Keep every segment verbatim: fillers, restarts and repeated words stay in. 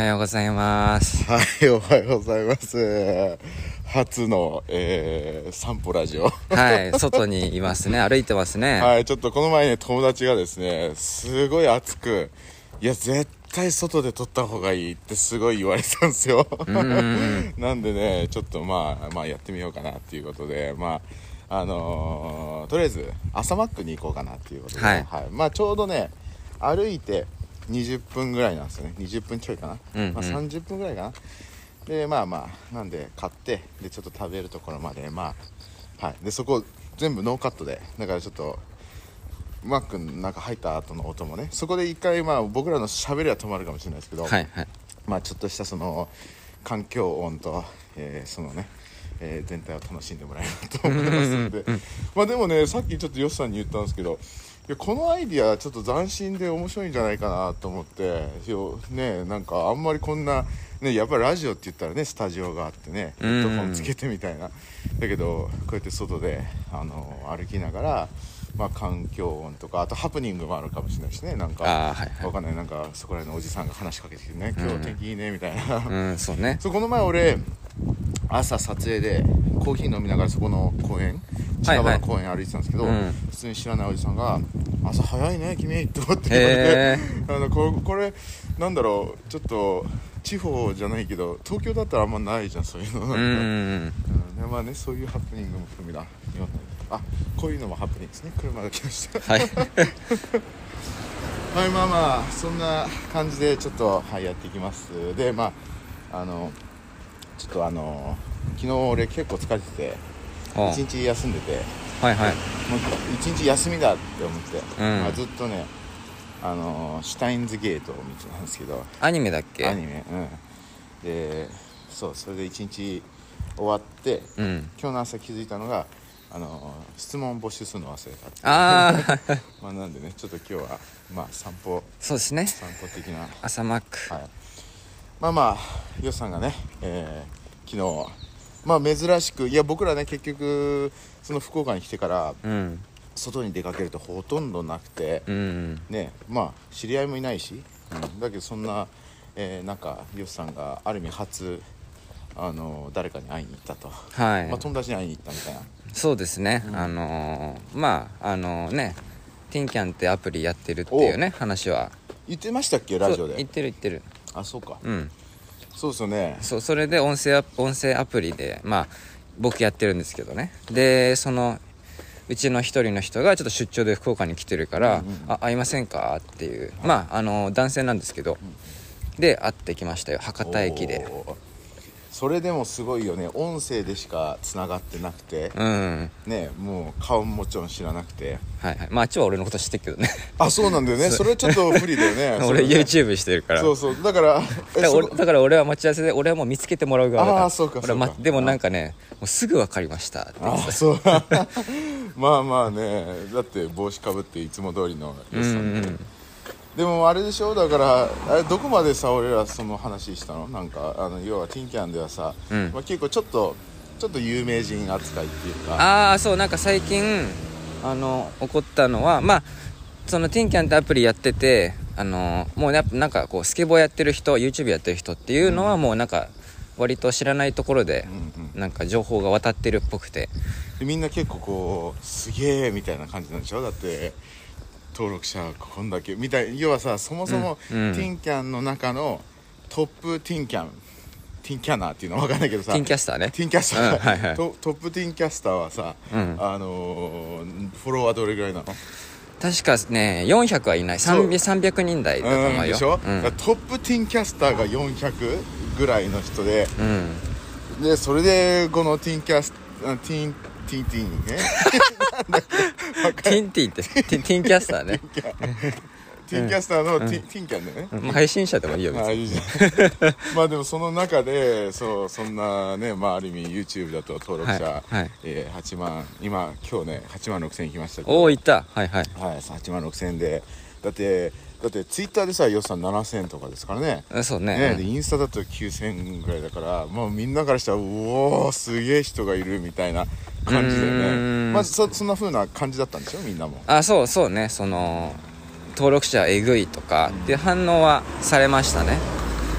はようございます。 はい、おはようございます。初の、えー、散歩ラジオ。 はい、外にいますね。歩いてますね。 はい、ちょっとこの前ね、友達がですね、すごい暑く、いや、絶対外で撮った方がいいってすごい言われたんですよ。 うんうんなんでね、ちょっとまあ、まあやってみようかなっていうことで、まあ、あのー、とりあえず朝マックに行こうかなっていうことで、 はい、 はい、まあちょうどね、歩いてにじゅっぷんぐらいなんですよね。にじゅっぷんちょいかな、 うんうん、 まあ、さんじゅっぷんぐらいかな。でまあまあなんで買ってでちょっと食べるところまでまあはいでそこ全部ノーカットでだからちょっとマックの中入った後の音もねそこで一回まあ僕らの喋りは止まるかもしれないですけど、 はいはい、 まあちょっとしたその環境音と、えー、そのね、えー、全体を楽しんでもらえると思いますので、まあでもねさっきちょっとヨシさんに言ったんですけどいやこのアイディアちょっと斬新で面白いんじゃないかなと思ってねなんかあんまりこんなねやっぱりラジオって言ったらねスタジオがあってねヘッドホンつけてみたいなだけどこうやって外であの歩きながらまあ環境音とかあとハプニングもあるかもしれないしねなんかあ、はいはい、 わかんないなんかそこらのおじさんが話しかけてきてね今日天気いいねみたいな、 うん、そうね。 そうこの前俺朝撮影でコーヒー飲みながらそこの公園近場の公園歩いてたんですけど、はいはい、普通に知らないおじさんが朝早いね君って思って言われてあのこれ、これなんだろうちょっと地方じゃないけど東京だったらあんまないじゃんそういうのなんか、うんうんうん、まあねそういうハプニングも含みだあこういうのもハプニングですね車が来ましたはいはいまあまあそんな感じでちょっと、はい、やっていきますでまああのちょっとあの昨日俺結構疲れてて一日休んでてはいはいもう一日休みだって思って、 うんまあ、ずっとねあのシュタインズゲートを見てたんですけどアニメだっけアニメうんでそうそれで一日終わって、うん、今日の朝気づいたのがあの質問募集するの忘れたってあまあなんでねちょっと今日はまあ散歩そうですね散歩的な朝マック、 はい、まあまあヨシさんがね、えー、昨日まあ珍しくいや僕らね結局その福岡に来てから、うん、外に出かけるとほとんどなくて、うん、ねまあ知り合いもいないし、うん、だけどそんな、えー、なんかヨシさんがある意味初あの誰かに会いに行ったと、はいまあ、友達に会いに行ったみたいなそうですね、うん、あのー、まああのねティンキャンってアプリやってるっていうね話は言ってましたっけラジオで言ってる言ってるあそうかうんそうですよねそうそれで音声ア音声アプリでまあ僕やってるんですけどねでそのうちの一人の人がちょっと出張で福岡に来てるから、うんうんうん、あ会いませんかっていう、はい、まああの男性なんですけど、うん、で会ってきましたよ博多駅でそれでもすごいよね音声でしかつながってなくて、うん、ねもう顔ももちろん知らなくてはいはいまああっちは俺のこと知ってるけどねあそうなんだよねそれちょっと不利だよね俺 YouTube してるからそうそうだからだから俺だから俺は待ち合わせで俺はもう見つけてもらう側だからあそうかそうか、 ま、でもなんかねもうすぐ分かりましたって言ってたあそうまあまあねだって帽子かぶっていつも通りのヨシさんで、うんうんでもあれでしょだからあれどこまでさ俺らその話したのなんかあの要はティンキャンではさ、うんまあ、結構ちょっとちょっと有名人扱いっていうかああそうなんか最近あの起こったのはまあそのティンキャンってアプリやっててあのもうやっぱなんかこうスケボーやってる人 YouTube やってる人っていうのはもうなんか割と知らないところでなんか情報が渡ってるっぽくてでみんな結構こうすげえみたいな感じなんでしょだって登録者こんだけみたい要はさそもそも、うんうん、ティンキャンの中のトップティンキャンティンキャナーっていうのは分かんないけどさティンキャスターねティンキャスター、 うんはいはい、 ト, トップティンキャスターはさ、うん、あのー、フォロワーどれぐらいなの確かねよんひゃくはいないさんびゃくにん台だと思うよ、 うん、でしょ、うん、トップティンキャスターがよんひゃくぐらいの人で、うん、でそれでこのティンキャスティンティンティンねティンティンってティンティンキャスターねティンキャスターのティン、うん、ティンキャンでね、 うんまあ、配信者でもいいよ別にまあでもその中でそうそんなねまあある意味 YouTube だと登録者、はいはいえー、はちまん今今日ねはちまんろくせんいきましたけどおおいったはいはい、 はい、はちまんろくせんでだってだってツイッターでさ予算ななせんとかですからねそうねねでインスタだときゅうせんぐらいだからまあみんなからしたらうおーすげえ人がいるみたいな感じだよねまあ そ, そんな風な感じだったんでしょみんなもあそうそうねその登録者えぐいとかっていう反応はされましたね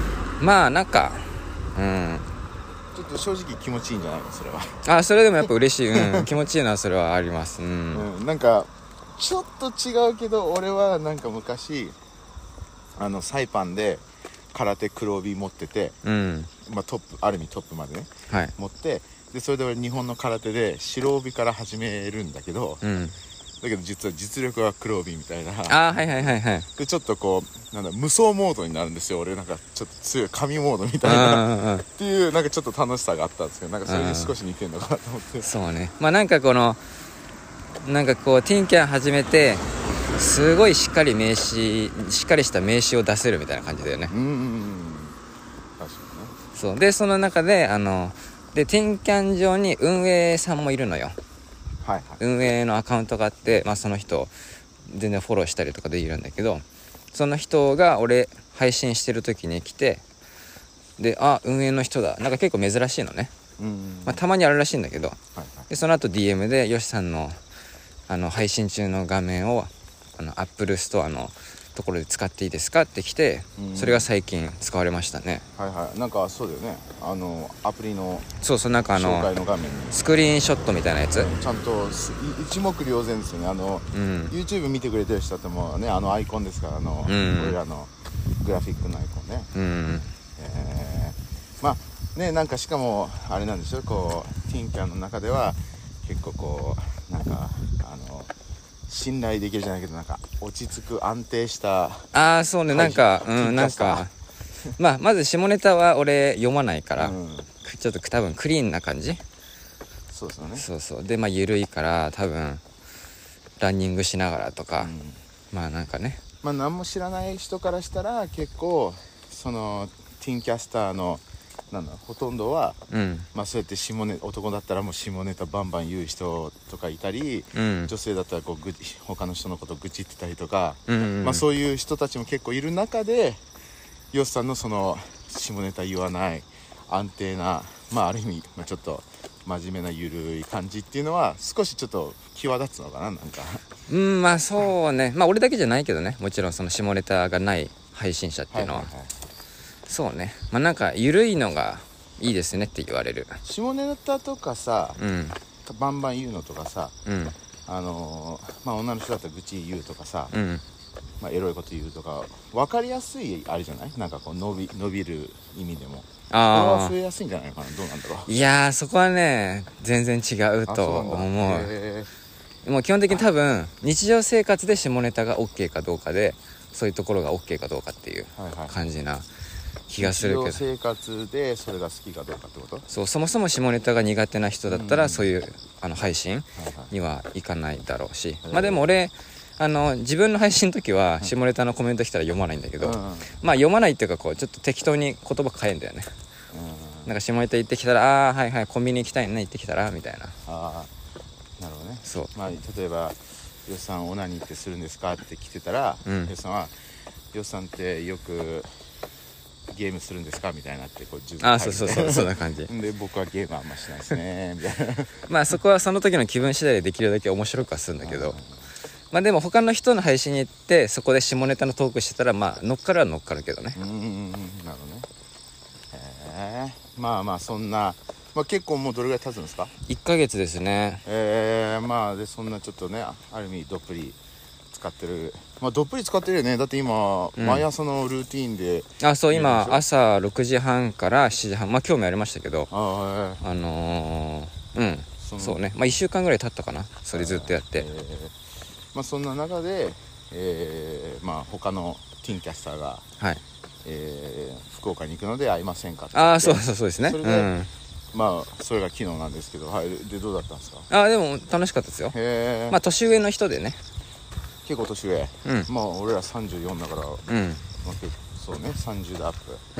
まあなんかうんちょっと正直気持ちいいんじゃないのそれは。 あそれでもやっぱ嬉しい、うん、気持ちいいのはそれはあります、うん、 うん、なんかちょっと違うけど俺はなんか昔あのサイパンで空手黒帯持ってて、 うんまあ、トップある意味トップまでね、 はい、 持ってでそれで俺日本の空手で白帯から始めるんだけど、 うん、 だけど実は実力は黒帯みたいな。 あはいはいはいはい。 でちょっとこうなんだ無双モードになるんですよ俺。なんかちょっと強い神モードみたいなっていうなんかちょっと楽しさがあったんですけど、なんかそれに少し似てるのかなと思って。 そうね、まあなんかこのなんかこうティンキャン始めてすごいしっかり名刺しっかりした名刺を出せるみたいな感じだよね。 うんうんうん確かにね。 そうでその中であのでティンキャン上に運営さんもいるのよ。 はいはい、 運営のアカウントがあって、まあ、その人全然フォローしたりとかできるんだけど、その人が俺配信してる時に来て、であ運営の人だ、なんか結構珍しいのね、 うんうんうんまあ、たまにあるらしいんだけど、 はいはい、 でその後 ディーエム でヨシさんのあの配信中の画面をあのアップルストアのところで使っていいですかって来て、それが最近使われましたね。 はいはい、なんかそうだよね、あのアプリのそうそう、なんかあの紹介の画面にスクリーンショットみたいなやつ、 ちゃんと一目瞭然ですよね。あの、うん、YouTube 見てくれてる人ってもうね、あのアイコンですから、あの、うん、俺らのグラフィックのアイコンね、うん、えー、まあね、なんかしかもあれなんでしょ、こうティンキャンの中では結構こうなんかあの信頼できるじゃないけど、なんか落ち着く安定した、 ああそうね、なんかうんなんかまあまず下ネタは俺読まないから、うん、ちょっと多分クリーンな感じ。 そうですよね。 そうそうでまあ緩いから多分ランニングしながらとか、うん、まあなんかね、 まあ何も知らない人からしたら結構そのティンキャスターのなんだほとんどは、うん、まあそうやって下ネ男だったらもう下ネタバンバン言う人とかいたり、うん、女性だったらこうぐ他の人のこと愚痴ってたりとか、うんうん、まあそういう人たちも結構いる中で、ヨシさんのその下ネタ言わない安定な、まあある意味、まあ、ちょっと真面目な緩い感じっていうのは少しちょっと際立つのかな、なんかうんまあそうね、まあ俺だけじゃないけどね、もちろんその下ネタがない配信者っていうのは、はいはいはい、そうね、まあなんか緩いのがいいですねって言われる。 下ネタとかさ、うん、バンバン言うのとかさ、うん、あのー、まあ女の人だったら愚痴言うとかさ、うん、まあ、エロいこと言うとか分かりやすいあれじゃない、なんかこう伸び伸びる意味でも、あこれは増えやすいんじゃないかな、どうなんだろう。 いやーそこはね全然違うと思う。もう基本的に多分日常生活で下ネタが OK かどうかで、そういうところが OK かどうかっていう感じな気がするけど、 日常生活でそれが好きかどうかってこと。 そう、そもそも下ネタが苦手な人だったら、うん、そういうあの配信にはいかないだろうし、はいはい、まあでも俺あの自分の配信の時は下ネタのコメント来たら読まないんだけど、うん、まあ読まないっていうかこうちょっと適当に言葉変えるんだよね、うん、なんか下ネタ言ってきたら、ああはいはいコンビニ行きたいね、行ってきたらみたいな。 ああなるほどね。 そう、 まあ、例えばヨシさんオナニーってするんですかって来てたら、うん、ヨシさんはヨシさんってよくゲームするんですかみたいなってこう自分あそうそうそうそんな感じで僕はゲームあんましないですねみたいなまあそこはその時の気分次第でできるだけ面白くはするんだけど、まあでも他の人の配信に行ってそこで下ネタのトークしてたら、まあ乗っかるは乗っかるけどね。 うんうんうん、なるほどね。へえ、まあまあそんな、まあ、結構もうどれぐらい経つんですか。 いっかげつですね。 ええ、まあでそんなちょっとねある意味どっぷり使ってる、まあどっぷり使ってるよね。だって今、うん、毎朝のルーティーンで、 あそう今朝ろくじはんからしちじはん、まあ今日もやりましたけど、 あ、はい、 あのー、うんそそうね、まあいっしゅうかんぐらい経ったかな、それずっとやって、えー、 まあそんな中で、えー、まあ他のティンキャスターが、はい、えー、福岡に行くので会いませんかって。 ああそうそうそうですね。 それで、うん、まあそれが昨日なんですけど、はい、でどうだったんですか。 あでも楽しかったですよ。へえ。まあ年上の人でね、 結構年上、うん、まあ俺らさんじゅうよんだから、うん、まあ、結構そうねさんじゅう代アップ、うん、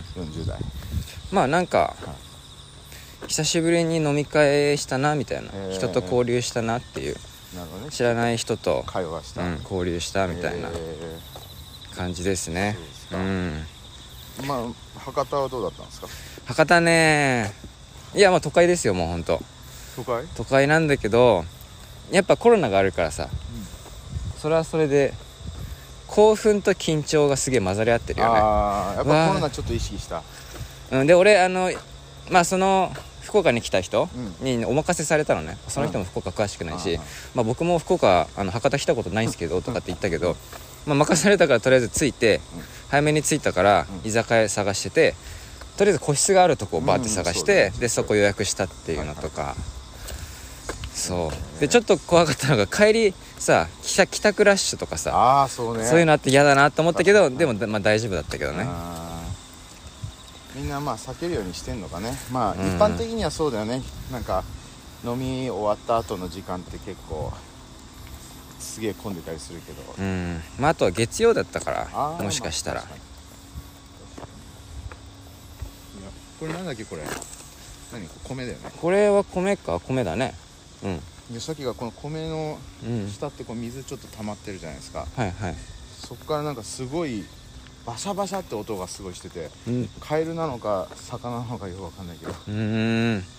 よんじゅう代、 まあなんか、はい、久しぶりに飲み会したなみたいな、人と交流したなっていう、なるほどね、知らない人と会話した、うん、 交流したみたいな感じですね。そうですか。うん、 まあ博多はどうだったんですか。 博多ね、いやまあ都会ですよ、もうほんと都会都会なんだけど、やっぱコロナがあるからさ、うん、それはそれで興奮と緊張がすげえ混ざり合ってるよね。 ああやっぱコロナちょっと意識した。 うん、で俺あのまあその福岡に来た人にお任せされたのね、うん、その人も福岡詳しくないし、うん、まあ、僕も福岡あの博多来たことないんですけどとかって言ったけど、まあ、任されたからとりあえず着いて、うん、早めに着いたから居酒屋探してて、とりあえず個室があるとこをバーって探して、うん、そでそこ予約したっていうのとか、はいはい、そうでちょっと怖かったのが帰りさ帰宅ラッシュとかさあそう、ね、 そういうのあって嫌だなと思ったけど、でも、まあ、大丈夫だったけどね。 みんなまあ避けるようにしてんのかね。まあ一般的にはそうだよね、うん、なんか飲み終わった後の時間って結構すげえ混んでたりするけど、 うん、まああとは月曜だったからもしかしたら、まあ、 これなんだっけこれ何米だよね。 これは米か米だね。うんでさっきがこの米の下ってこう水ちょっと溜まってるじゃないですか、 うん、はいはい。 そこからなんかすごいバシャバシャって音がすごいしてて、 うん、 カエルなのか魚なのかよくわかんないけど、うーん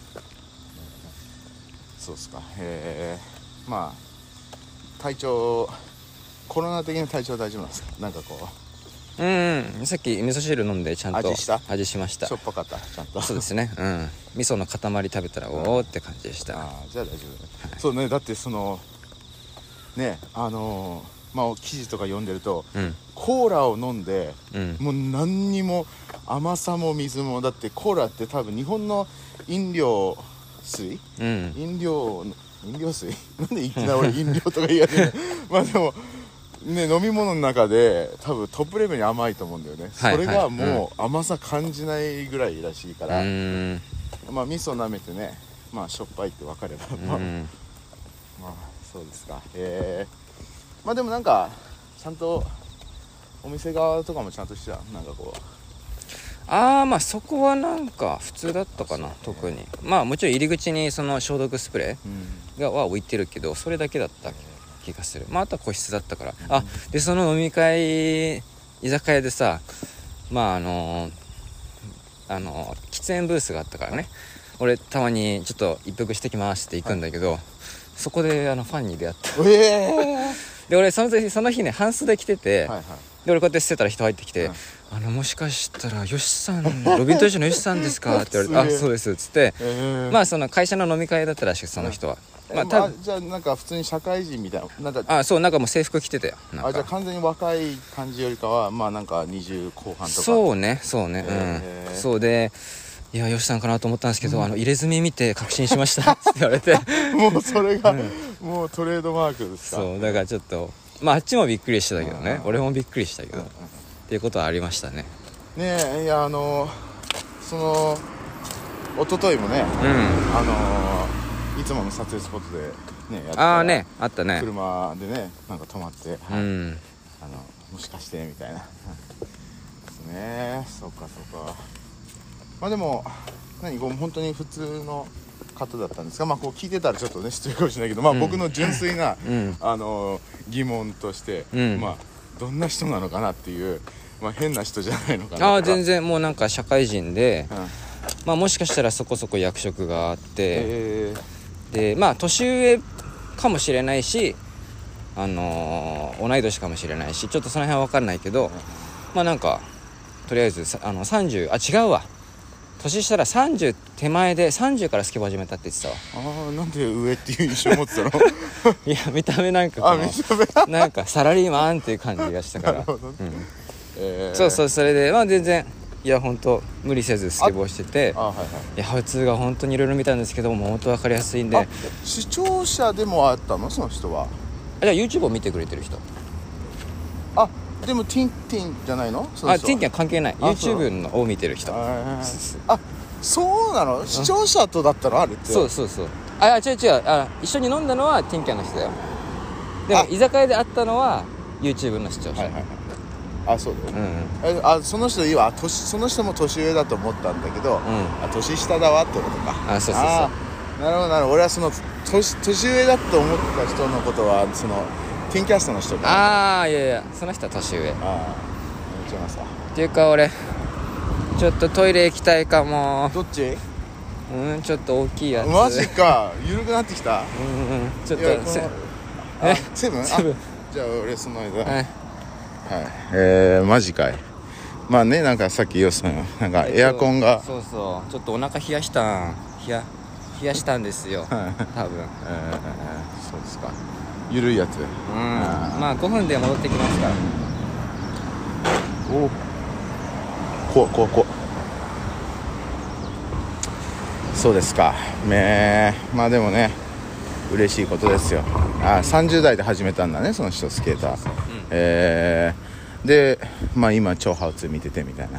そうっすか。へえ。まあ体調コロナ的な体調は大丈夫なんですか。なんかこううん、さっき味噌汁飲んでちゃんと味した味しました。 しょっぱかったちゃんと。 そうですね、うん、味噌の塊食べたらおおって感じでした。 あじゃあ大丈夫だね、はい、そうね。だってそのねあのーまあ、記事とか読んでると、うん、コーラを飲んで、うん、もう何にも甘さも水もだってコーラって多分日本の飲料水、うん、飲料飲料水なんでいきなり俺飲料とか言い始めるまあでもね飲み物の中で多分トップレベルに甘いと思うんだよね、はいはい、それがもう甘さ感じないぐらいらしいから、うん、まあ味噌舐めてねまあしょっぱいって分かれば、うん、まあ、まあそうですか。へえ。まあでもなんかちゃんとお店側とかもちゃんとしてたなんかこうああまあそこはなんか普通だったかな、ね、特にまあもちろん入り口にその消毒スプレーがは置いてるけどそれだけだった気がする。まああとは個室だったから、うん、あでその飲み会居酒屋でさまああのあの喫煙ブースがあったからね俺たまにちょっと一服してきますって行くんだけど、はい、そこであのファンに出会った。 えーで俺その日その日ね半袖着てて、はいはい、で俺こうやって捨てたら人入ってきて、はい、あのもしかしたらヨシさんロビントン社のヨシさんですかって言われてあそうですっつって、えー、まあその会社の飲み会だったらしくその人は、 まあ、まあじゃあなんか普通に社会人みたいななんかあそうなんかもう制服着てたよ。なんかあじゃあ完全に若い感じよりかはまあなんかにじゅう後半とかそうねそうね、えー、うんそうでいやヨシさんかなと思ったんですけど、うん、あの入れ墨見て確信しましたって言われてもうそれが、うん、もうトレードマークですか。 そうだからちょっとまああっちもびっくりしてたけどね、俺もびっくりしたけど、うんうん、っていうことはありましたね。 ねえいやあのその一昨日もね、うん、あのいつもの撮影スポットでねやってたらああねあったね車でねなんか止まって、はいうん、 あのもしかしてみたいなですね。そうかそうか。まあでも何こう本当に普通の方だったんですが、まあこう聞いてたらちょっとね失礼かもしれないけど、まあ僕の純粋な、うん、あの疑問として、うん、まあどんな人なのかなっていう、まあ変な人じゃないのかな。 ああ全然もうなんか社会人で、うん、まあもしかしたらそこそこ役職があって、えー、でまあ年上かもしれないし、あのー、同い年かもしれないしちょっとその辺は分かんないけど、うん、まあなんかとりあえずあのさんじゅうあ違うわ。年下らさんじゅう手前でさんじゅうからスケボー始めたって言ってたわ。 ああなんで上っていう印象持ってたのいや見た目なんかこのあ見た目なんかサラリーマンっていう感じがしたから、ねうんえー、 そうそうそれでまあ全然いや本当無理せずスケボーしてて、ああ、はいはい、いやハウツーが本当にいろいろ見たんですけども本当分かりやすいんで。 視聴者でもあったのその人は。 じゃあ YouTube を見てくれてる人。 あでもティンティンじゃないの。 あティンティンは関係ない YouTube のを見てる人。 あそうなの。視聴者とだったのあれって。 そうそうそう。あ違う違うあ一緒に飲んだのはティンキャンの人だよ。でも居酒屋で会ったのは YouTube の視聴者。はいはいはい、 あそうだよ、うん、あその人いわ年その人も年上だと思ったんだけど、うん、あ年下だわってことか。 あそうそうそう。 なるほどなるほど。俺はその 年, 年上だと思った人のことはそのティンキャストの人か。 ああいやいやその人は年上。ああ違いますか。 っていうか俺ちょっとトイレ行きたいかも。 どっち？ うんちょっと大きいやつ。 マジか緩くなってきた。 うんうんちょっとせあセブン？セブン？じゃあ俺その間、はい、 えー、マジかい。まあね、なんかさっきヨウさんなんかエアコンが、 そうそうちょっとお腹冷やしたん冷や冷やしたんですよ多分、えー、 そうですか。ゆるいやつ。うん、 まあごふんで戻ってきますから。 おこここそうですか。ね、まあでもね嬉しいことですよ。あ、さんじゅう代で始めたんだね、その人スケーター。そうそうそう、うん、えー、でまあ今超ハウツー見ててみたいな。うん、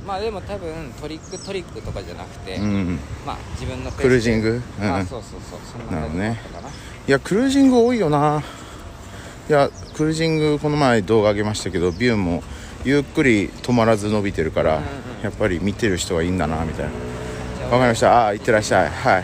まあでも多分トリックトリックとかじゃなくて、うん、まあ自分のペースでクルージング、うん、 あ、そうそうそう、そんな感じだったかな。 いやクルージング多いよな。いやクルージングこの前動画上げましたけど、ビューもゆっくり止まらず伸びてるから、うんうん、やっぱり見てる人はいいんだなみたいな。わかりました。あ、いってらっしゃい。はい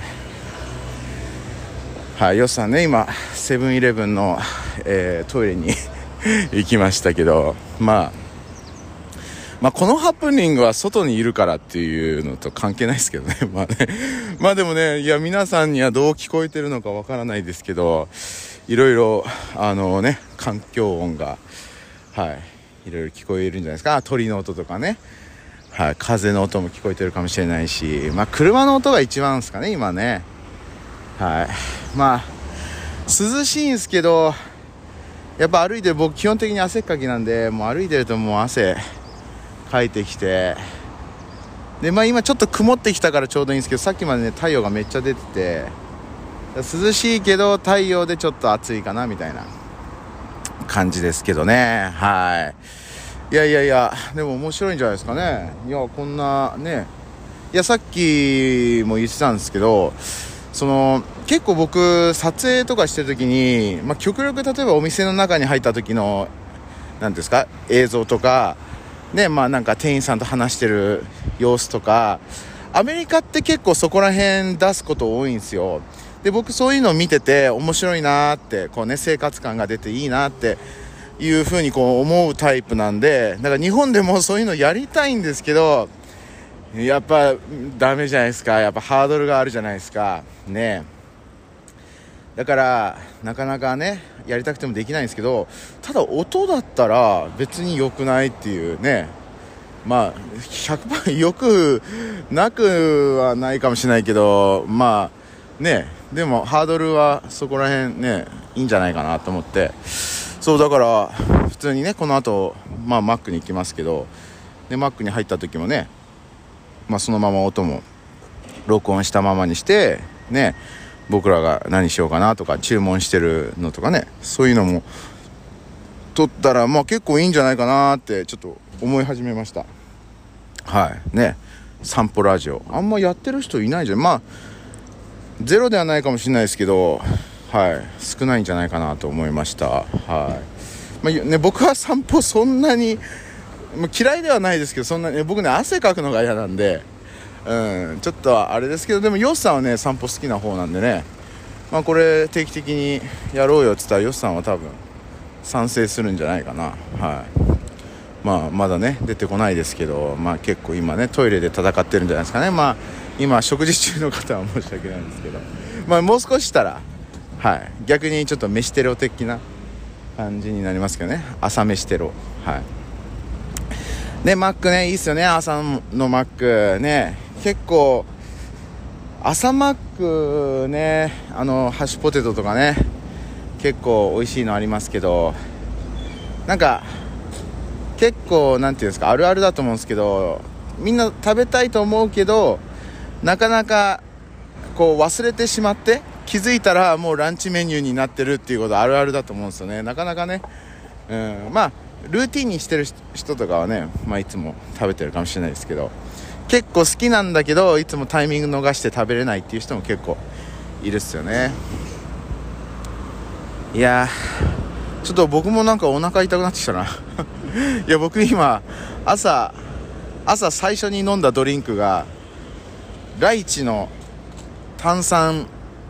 はい、ヨスさんね、今セブンイレブンの、えー、トイレに行きましたけど、まあまあこのハプニングは外にいるからっていうのと関係ないですけどね。まあね、まあでもね、いや皆さんにはどう聞こえてるのかわからないですけど、いろいろあのね環境音がはいいろいろ聞こえるんじゃないですか。鳥の音とかね、はい、風の音も聞こえてるかもしれないし、まあ車の音が一番ですかね今ね。はい、まあ涼しいんですけど、やっぱ歩いてる、僕基本的に汗っかきなんで、もう歩いてるともう汗かいてきて、でまあ今ちょっと曇ってきたからちょうどいいんですけど、さっきまでね太陽がめっちゃ出てて、涼しいけど太陽でちょっと暑いかなみたいな感じですけどね。はい、いやいやいや、でも面白いんじゃないですかね。いやこんなね、いやさっきも言ってたんですけど、その結構僕撮影とかしてる時に、まあ、極力例えばお店の中に入った時の何ですか映像とかね、まあなんか店員さんと話してる様子とか、アメリカって結構そこら辺出すこと多いんですよ。で僕そういうのを見てて面白いなって、こうね生活感が出ていいなっていう風にこう思うタイプなんで、だから日本でもそういうのやりたいんですけど、やっぱダメじゃないですか。やっぱハードルがあるじゃないですかね。だからなかなかねやりたくてもできないんですけど、ただ音だったら別に良くないっていうね。まあ ひゃくパーセント よくなくはないかもしれないけど、まあね、でもハードルはそこら辺ねいいんじゃないかなと思って、そうだから普通にねこの後まあマックに行きますけど、でマックに入った時もね、まあ、そのまま音も録音したままにしてね、僕らが何しようかなとか注文してるのとかね、そういうのも撮ったらまあ結構いいんじゃないかなってちょっと思い始めました。はいね、散歩ラジオあんまやってる人いないじゃん。まあゼロではないかもしれないですけど、はい少ないんじゃないかなと思いました。はい、まあね、僕は散歩そんなに嫌いではないですけど、そんなね僕ね汗かくのが嫌なんで、うんちょっとあれですけど、でもヨッさんはね散歩好きな方なんでね、まあこれ定期的にやろうよって言ったらヨッさんは多分賛成するんじゃないかな。はい、まあまだね出てこないですけど、まあ結構今ねトイレで戦ってるんじゃないですかね。まあ今食事中の方は申し訳ないんですけど、まあもう少ししたらはい逆にちょっと飯テロ的な感じになりますけどね。朝飯テロ。はいね、マックねいいっすよね。朝のマックね、結構朝マックね、あのハッシュポテトとかね結構美味しいのありますけど、なんか結構なんていうんですか、あるあるだと思うんですけど、みんな食べたいと思うけどなかなかこう忘れてしまって、気づいたらもうランチメニューになってるっていうことあるあるだと思うんですよね。なかなかね、うん、まあルーティンにしてる人とかはね、まあ、いつも食べてるかもしれないですけど、結構好きなんだけどいつもタイミング逃して食べれないっていう人も結構いるっすよね。いやちょっと僕もなんかお腹痛くなってきたな。いや僕今朝朝最初に飲んだドリンクがライチの炭酸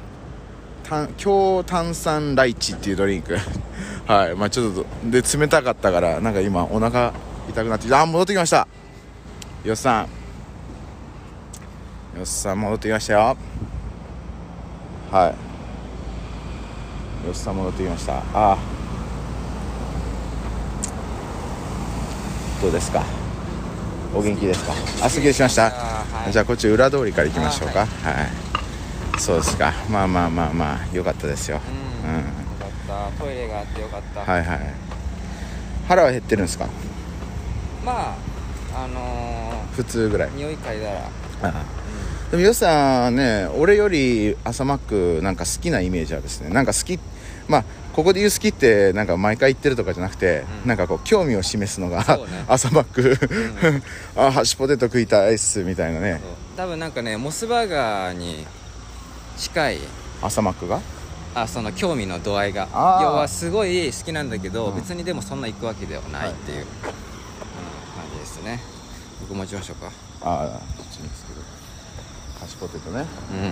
強炭酸ライチっていうドリンク。はい、まあちょっとで冷たかったからなんか今お腹痛くなってきた。あ、戻ってきました。よっさんよっさん戻ってきましたよ。はいよっさん戻ってきました。あどうですか、お元気ですか。あ、すっきりしました。 はい、 じゃあこっち裏通りから行きましょうか。 ははい、はい、そうですか。まあまあまあまあよかったですよ。 うん、 うん、 よかった。トイレがあってよかった。 はいはい。腹は減ってるんですか。 まああのー、普通ぐらい。 匂い嗅いだら。 ああ、でもよさんね、俺より朝マックなんか好きなイメージはですね、なんか好き、まあここで言う好きってなんか毎回言ってるとかじゃなくて、うん、なんかこう興味を示すのが、ね、朝マック、うん、あ、ハッシュポテト食いたいっすみたいなね。 多分なんかね、モスバーガーに近い朝マックが、 あ、その興味の度合いが、要はすごい好きなんだけど、うん、別にでもそんな行くわけではないっていう、はい、うん、感じですね。僕持ちましょうか。 ああ、こっちですけど、ハッシュポテトね。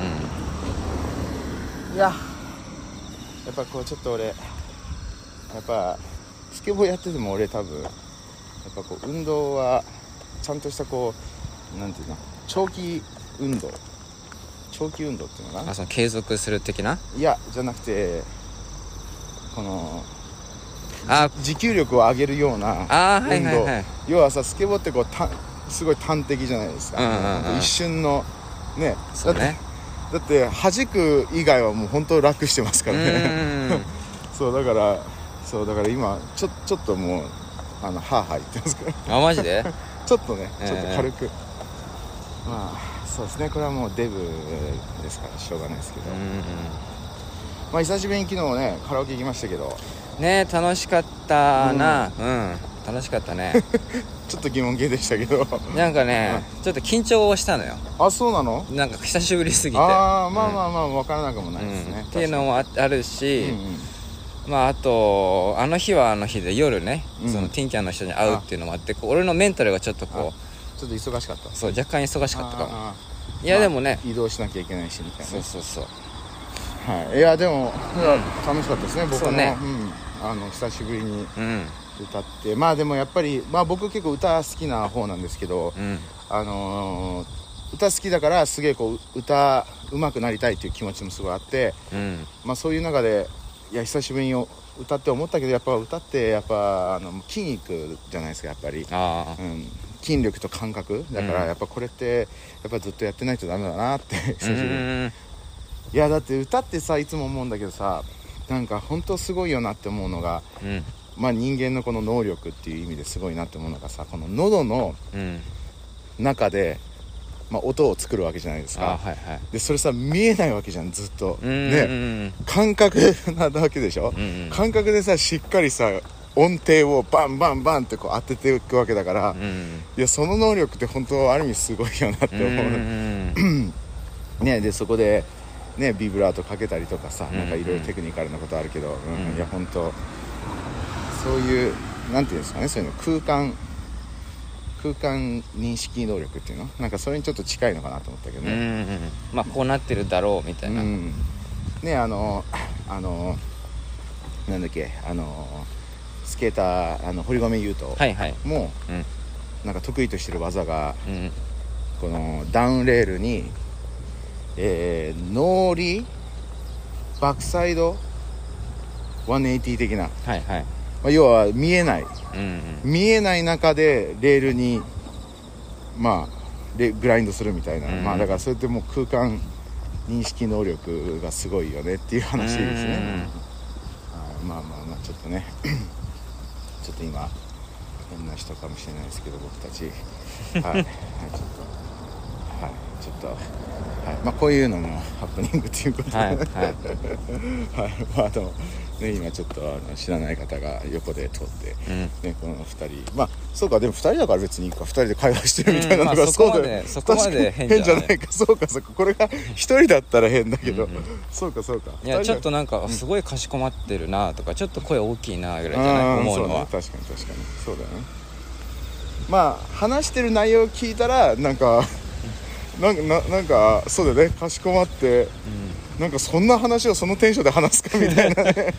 うん、いややっぱこうちょっと俺やっぱスケボーやってても俺多分やっぱこう運動はちゃんとしたこうなんていうの、長期運動長期運動っていうのかな、 あ、その継続する的な、 いやじゃなくてこのあ持久力を上げるような運動、 あ、はいはいはい、 要はさスケボーってこうたすごい端的じゃないですか、うんうんうん、一瞬のね、 そうね、 だって弾く以外はもう本当楽してますからねそうだからそうだから今ちょちょっともうあのハーハー言ってますからあ、マジでちょっとねちょっと軽く、えー、まあそうですね、これはもうデブですからしょうがないですけど、うんうん、まあ久しぶりに昨日ねカラオケ行きましたけどね、楽しかったな、うん、うん、楽しかったねちょっと疑問系でしたけどなんかね、うん、ちょっと緊張したのよ。 あ、そうなの。 なんか久しぶりすぎて、 ああ、まあまあまあ分からなくもないですね、うん、 っていうのも あ, あるし、うんうん、まああとあの日はあの日で夜ね、うん、そのティンキャンの人に会うっていうのもあってこう俺のメンタルがちょっとこうちょっと忙しかった。 そう、若干忙しかったかも。いや、まあ、でもね移動しなきゃいけないしみたいな。 そうそうそう、 はい、いやでも、うん、楽しかったですね僕もね、 うん、 あの久しぶりに歌って、うん、まあでもやっぱり、まあ、僕結構歌好きな方なんですけど、うん、あのー、歌好きだからすげえこう歌上手くなりたいっていう気持ちもすごいあって、うん、まあそういう中でいや久しぶりに歌って思ったけどやっぱ歌ってやっぱあの筋肉じゃないですかやっぱり、あ、うん、筋力と感覚だからやっぱこれってやっぱずっとやってないとダメだなって久しぶりに、いやだって歌ってさいつも思うんだけどさ、なんか本当すごいよなって思うのが、うん、まあ人間のこの能力っていう意味ですごいなって思うのがさ、この喉の中で、まあ、音を作るわけじゃないですか、はいはい、でそれさ見えないわけじゃんずっと、うんうんうん、ね、感覚なわけでしょ、うんうん、感覚でさしっかりさ音程をバンバンバンってこう当てていくわけだから、うんうん、いやその能力って本当ある意味すごいよなって思う、うんうん、ね、でそこでね、ビブラートかけたりとかさ、なんかいろいろテクニカルなことあるけど、うんうん、いや本当そういうなんていうんですかね、そういうの空間空間認識能力っていうのなんかそれにちょっと近いのかなと思ったけどね、うんうん、 まあこうなってるだろうみたいな、うん、 ね、あのあのなんだっけ、あのスケーターあの堀米雄斗も、はいはい、うん、なんか得意としてる技が、うん、このダウンレールにえー、ノーリーバックサイドひゃくはちじゅう的な、はいはい、まあ、要は見えない、うんうん、見えない中でレールにまあレグラインドするみたいな、うん、まあだからそれってもう空間認識能力がすごいよねっていう話ですね、うん、あまあまあまあちょっとねちょっと今変な人かもしれないですけど僕たちはい、はい、ちょっとはいちょっと、はい、まあこういうのもハプニングということで、はいはいはい、まあでもね今ちょっとあの知らない方が横で通って、うんね、このふたり、まあそうかでもふたりだから別にいいかふたりで会話してるみたいなのが、うん、そうだよ、まあ、そこまで変じゃない変じゃないか、そうかそうか、これがひとりだったら変だけど、うんうん、そうかそうか、 いやちょっとなんかすごいかしこまってるなとか、うん、ちょっと声大きいなぐらいじゃない思うのは、 そうね、確かに確かにそうだよね。まあ話してる内容を聞いたらなんかなんか な, なんかそうだよね、かしこまって、うん、なんかそんな話をそのテンションで話すかみたいな ね, ね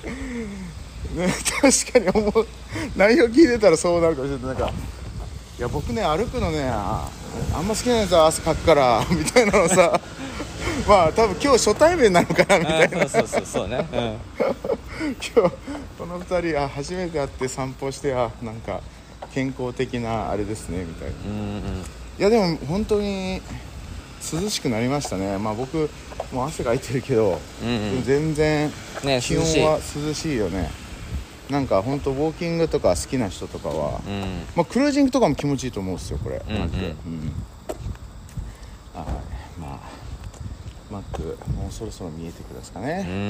確かに思う内容聞いてたらそうなるかもしれない。なんかいや僕ね歩くのね あ, あんま好きなんですよ汗かくからみたいなのさまあ多分今日初対面なのかなみたいなそうそうそうね、うん、 今日このふたりあ初めて会って散歩してあなんか健康的なあれですねみたいな。 うんうん。 いやでも本当に涼しくなりましたね。まあ僕もう汗かいてるけど、 うんうん、 でも全然ね、 気温は涼しいよね。なんか本当ウォーキングとか好きな人とかは、 うん、 まあ、クルージングとかも気持ちいいと思うんですよこれ。 うんうん、 マック、うん、はい、まあマックもうそろそろ見えてくるんですかね。 うんうん、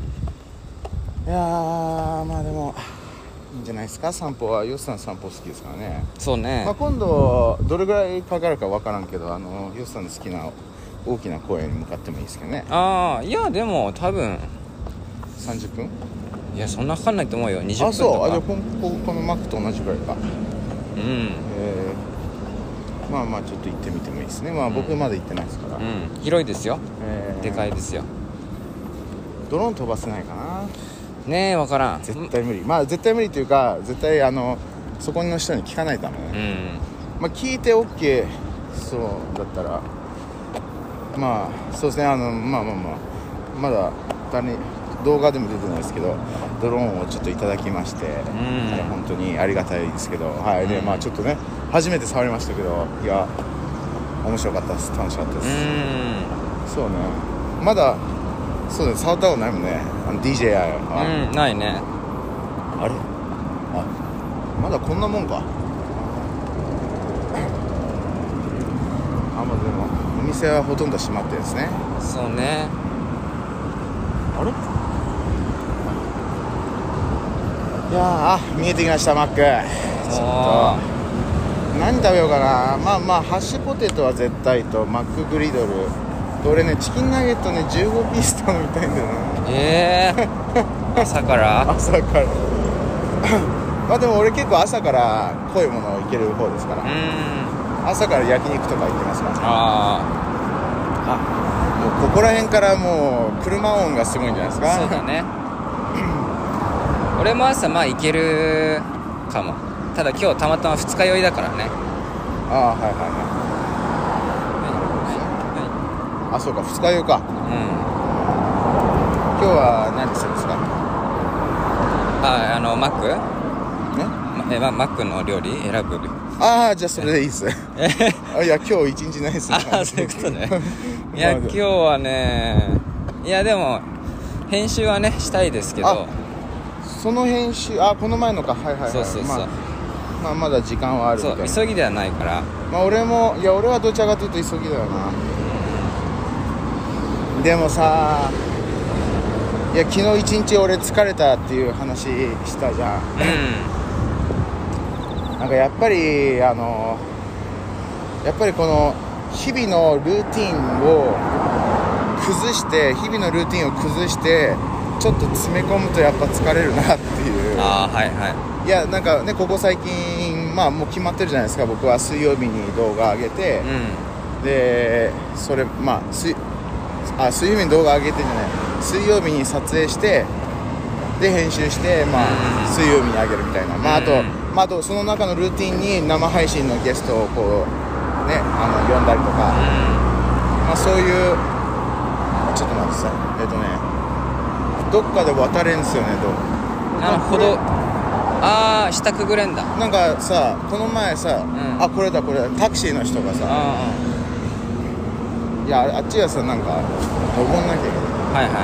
いやーまあでもいいんじゃないですか。散歩はヨスさん散歩好きですからね。 そうね、 まあ、今度どれぐらいかかるか分からんけど、あのヨスさんの好きな大きな公園に向かってもいいですけどね。 ああ、いやでも多分さんじゅっぷん、 いやそんなかかんないと思うよ。にじゅっぷんとか。 あ、そう。あ、じゃあこここのマックと同じぐらいか。 うん、 えー、まあまあちょっと行ってみてもいいですね。まあ僕まだ行ってないですから、 うん、広いですよ、 えー、 でかいですよ。 ドローン飛ばせないかな。 ねえ、分からん。 絶対無理。まあ絶対無理というか、絶対あのそこの人に聞かないとダメね。 うん、 まあ聞いて OK そうだったら、まあそうですね。あのまあまあまあまだ誰に動画でも出てないですけど、ドローンをちょっといただきまして、うん、本当にありがたいですけど、はい。で、まあちょっとね初めて触りましたけど、いや面白かったです。楽しかったです。うん、そうね。まだそうです、触ったことないもんね、あの ディージェーアイ は。 うん、ないね。 あれ、あ、まだこんなもんか。あ、まあでもお店はほとんど閉まってるんですね。 そうね。 あれ、いやー、あ、見えてきましたマック。ちょっと何食べようかな。まあまあハッシュポテトは絶対と、マックグリドル、俺ねチキンナゲットねじゅうごピース頼みたいんだよな。 ええー、朝から朝からまあでも俺結構朝から濃いものをいける方ですから。うん、朝から焼肉とか行ってますから。 ああ、もうここら辺からもう車音がすごいんじゃないですか。 そうだね俺も朝まあ行けるかも。ただ今日たまたま二日酔いだからね。 ああ、はいはいはい。あ、そうか、二日酔いか。うん。今日は何するんですか。 あ、あのマックね、 ま、え、ま、マックの料理選ぶ。 ああ、じゃあそれでいいっすあ、いや今日一日ないっすね。 ああ、そういうことねいや今日はね、いやでも編集はねしたいですけど。 その編集、あ、この前のか。はいはいはい。 そうそうそう、まあ、 まあまだ時間はあるみたいな。 そう、急ぎではないから。 まあ俺も、いや俺はどちらかというと急ぎだよな。でもさ、いや昨日一日俺疲れたっていう話したじゃん、うん、なんかやっぱりあのやっぱりこの日々のルーティンを崩して日々のルーティンを崩してちょっと詰め込むとやっぱ疲れるなっていう。 あ、はいはい。 いやなんかね、ここ最近まあもう決まってるじゃないですか。僕は水曜日に動画上げて、うん、でそれまあ水あ水曜日に動画上げてんじゃない水曜日に撮影してで編集して、まあ、うん、水曜日に上げるみたいな、まああと、うん、まあ、あとその中のルーティンに生配信のゲストをこうね、あの呼んだりとか、うん、まあそういうちょっと待ってさ、えっとねどっかで渡れんすよね。どなるほど。ああ、下くぐれんだ。 なんかさ、この前さ、うん、あ、これだこれだ、タクシーの人がさ、いやあっちはさ、なんか登んなきゃいけない。 はいはい。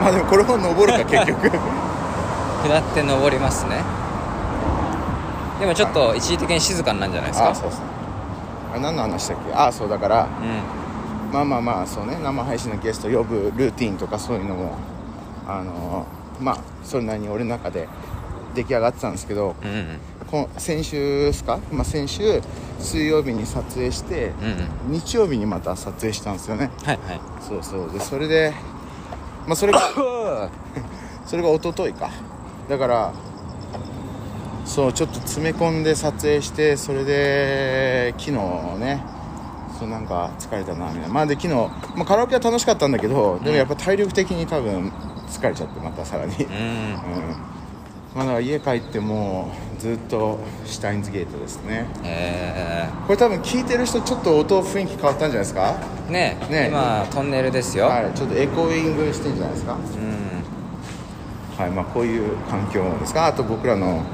まあでもこれも登るか結局下って登りますね。でもちょっと一時的に静かになるんじゃないですか。 あ、そうですね。あ、何の話だっけ。あ、そうだから、うん、まあまあまあそうね、生配信のゲスト呼ぶルーティンとかそういうのもあのまあそれなりに俺の中で出来上がってたんですけど、うんうん、こ先週ですか、まあ、先週水曜日に撮影して、うんうん、日曜日にまた撮影したんですよね。 はいはい。 そうそうでそれでまあそれがそれが一昨日か。だからそうちょっと詰め込んで撮影して、それで昨日ね、そうなんか疲れたなみたいな。まあで昨日、まあ、カラオケは楽しかったんだけど、うん、でもやっぱ体力的に多分疲れちゃってまたさらに、うん、うん、まあだから家帰ってもずっとシュタインズゲートですね。 へー。 これ多分聞いてる人ちょっと音雰囲気変わったんじゃないですかね。えね、今トンネルですよ。 はい、ちょっとエコーイングしてんじゃないですか。うん、はい、まあこういう環境ですか。あと僕らの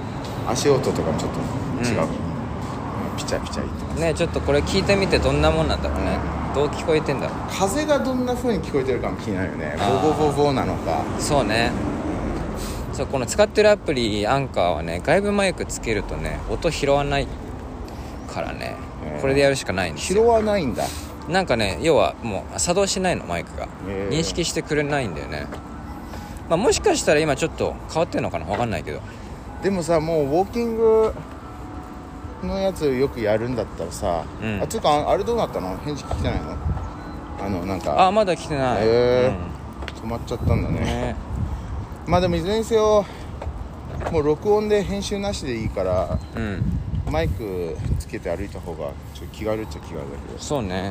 足音とかもちょっと違う、うん、ピチャピチャ言ってますね。ちょっとこれ聞いてみてどんなもんなんだろうね、うん、どう聞こえてんだろう。 風がどんな風に聞こえてるかも気になるよね。ボボボボなのか。 そうね、そうこの使ってるアプリアンカーはね、外部マイクつけるとね音拾わないからね、えー、これでやるしかないんですよ。 拾わないんだ。なんかね、要はもう作動しないの、マイクが、えー、認識してくれないんだよね。まあ、もしかしたら今ちょっと変わってんのかな、分かんないけど。 でもさ、もうウォーキングのやつよくやるんだったらさ、うん、あ、つうかあれどうなったの？返事来てないの？あのなんかあ、まだ来てない。 えーうん、止まっちゃったんだね。ね、まあでもいずれにせよもう録音で編集なしでいいから、うん、マイクつけて歩いた方がちょっと気軽っちゃ気軽だけど。 そうね。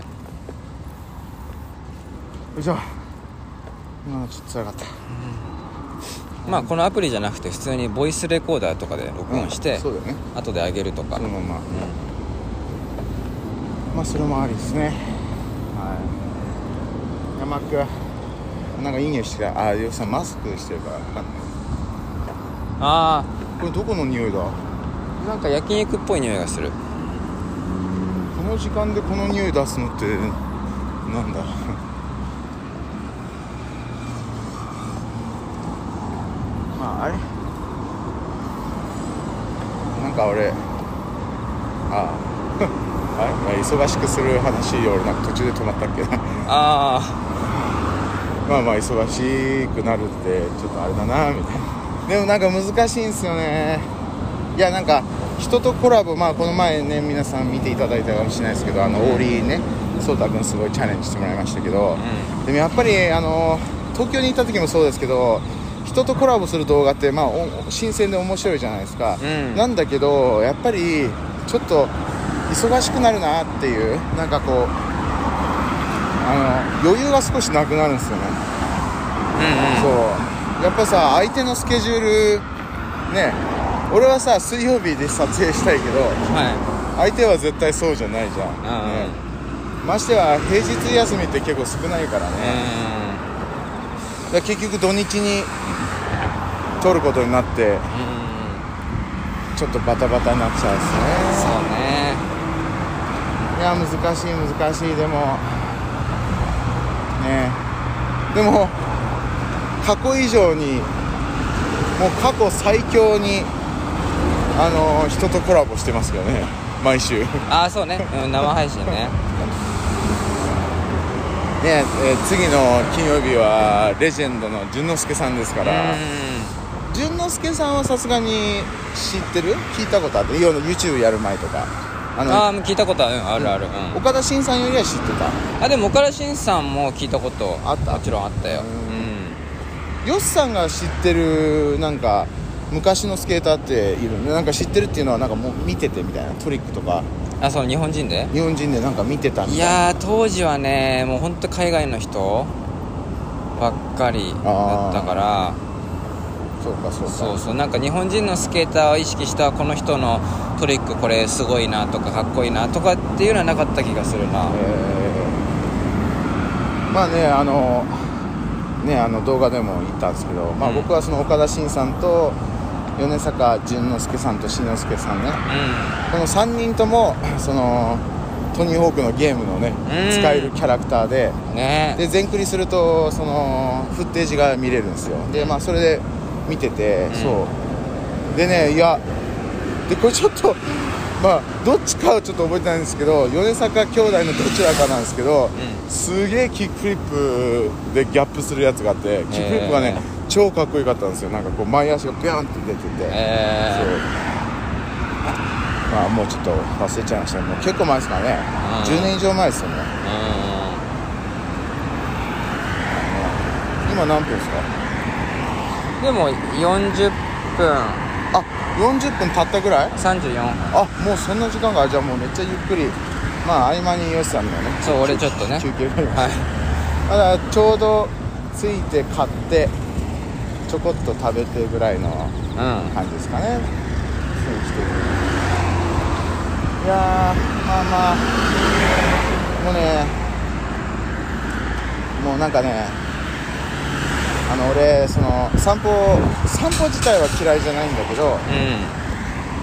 よいしょ。今ちょっと辛かった、 うん、まあこのアプリじゃなくて普通にボイスレコーダーとかで録音して、うん、そうだよね、後で上げるとか、 そのまま、うん、まあそれもありですね。はい。山くなんかいい匂いしてる。あ、よくさんマスクしてるから分かんない。 ああ、 これどこの匂いだ？ なんか焼肉っぽい匂いがする。 この時間でこの匂い出すのってなんだまああれなんか俺あああれ忙しくする話俺なんか途中で止まったっけなああまあまあ忙しくなるってちょっとあれだなみたいな。でもなんか難しいんですよね。いやなんか人とコラボ、まあこの前ね皆さん見ていただいたかもしれないですけど、あのオーリーね、そうたくんすごいチャレンジしてもらいましたけど、うん、でもやっぱりあの東京に行った時もそうですけど、人とコラボする動画ってまあ新鮮で面白いじゃないですか、うん、なんだけどやっぱりちょっと忙しくなるなっていう、なんかこうあの余裕が少しなくなるんですよね、うんうん、そうやっぱさ相手のスケジュールね、俺はさ水曜日で撮影したいけど、はい、相手は絶対そうじゃないじゃん、ね、ましては平日休みって結構少ないからね、だから結局土日に撮ることになって、ちょっとバタバタになっちゃうですね。 そうね。 いや難しい難しい。でもね、でも過去以上にもう過去最強にあの人とコラボしてますよね、毎週。 ああそうね、うん、生配信ねね、えー、次の金曜日はレジェンドの淳之介さんですから、淳之介さんはさすがに知ってる？聞いたことあって、YouTube やる前とか。 あのあ聞いたことある、うん、あるある、うん、 岡田真さんよりは知ってた。 あでも岡田真さんも聞いたことあった、もちろんあったよ。 うん、ヨスさんが知ってるなんか昔のスケーターっている？なんか知ってるっていうのはなんかもう見ててみたいな、トリックとか。 あ、そう、日本人で日本人でなんか見てたみたいな。 いやー当時はねもうほんと海外の人ばっかりだったから。 そうかそうか。 そうそう、なんか日本人のスケーターを意識したこの人のトリックこれすごいなとかかっこいいなとかっていうのはなかった気がするな。 えー、まあねあのねあの動画でも言ったんですけど、まあ、僕はその岡田真さんと米坂淳之介さんと慎之介さんね、うん、このさんにんともそのトニーホークのゲームのね、うん、使えるキャラクターで、ね、で全クリするとそのフッテージが見れるんですよ。でまあそれで見てて、うん、そうでね、いやでこれちょっとまあどっちかはちょっと覚えてないんですけど、米坂兄弟のどちらかなんですけど、うん、すげえキックフリップでギャップするやつがあって、キックフリップがね、えー、超かっこよかったんですよ。なんかこう前足がビャンって出てて、えー、そうまあもうちょっと忘れちゃいましたね。もう結構前ですからね、うん、じゅうねん以上前ですよね、うん、今何分ですか？ でもよんじゅっぷん、 あ、よんじゅっぷん経ったぐらい？ さんじゅうよん。 あ、もうそんな時間が。じゃあもうめっちゃゆっくり。まあ合間にヨシさんのね、 そう俺ちょっとね休憩がありました、はい、だからちょうど着いて買ってちょこっと食べてぐらいの感じですかね、うん、いやーまあまあもうねもうなんかねあの俺その散歩散歩自体は嫌いじゃないんだけど、うん、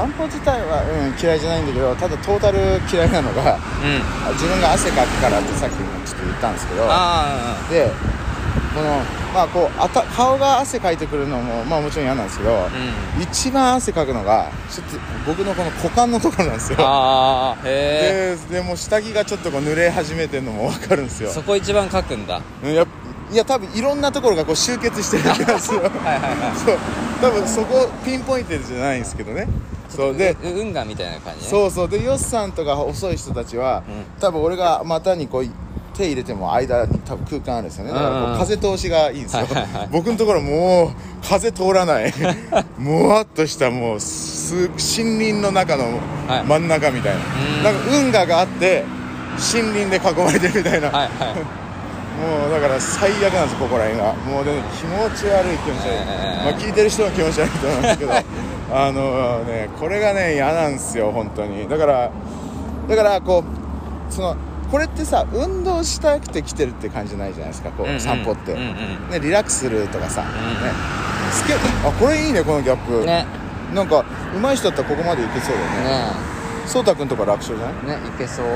散歩自体は、うん、嫌いじゃないんだけど、ただトータル嫌いなのが、うん、自分が汗かくからってさっきもちょっと言ったんですけど、 あでこのまあこうあた顔が汗かいてくるのもまあもちろん嫌なんですけど、うん、一番汗かくのがちょっと僕のこの股間のところなんですよ。 あーへーででも下着がちょっとこう濡れ始めてるのも分かるんですよ。 そこ一番かくんだ。 いやいや多分いろんなところがこう集結してるんですよはいはい、はい、そう多分そこピンポイントじゃないんですけどね。そうで運河みたいな感じね。 そうそうでヨスさんとか遅い人たちは、うん、多分俺が股にこう手入れても間に多分空間あるんですよね。だからこう風通しがいいんですよ、はいはいはい、僕のところもう風通らないもわっとしたもう森林の中の真ん中みたいな、はい、なんか運河があって森林で囲まれてるみたいな、はいはいもうだから最悪なんですここら辺がもう、ね、気持ち悪い気持ち悪い、えーまあ、聞いてる人は気持ち悪いと思うんですけどあのねこれがね嫌なんですよ本当に。だからだからこうそのこれってさ運動したくて来てるって感じじゃないじゃないですかこう、うんうん、散歩って、うんうんね、リラックスするとかさ、うんね、スケあこれいいねこのギャップ、ね、なんか上手い人だったらここまでいけそうだよね。そうたくんとか楽勝じゃないねいけそう。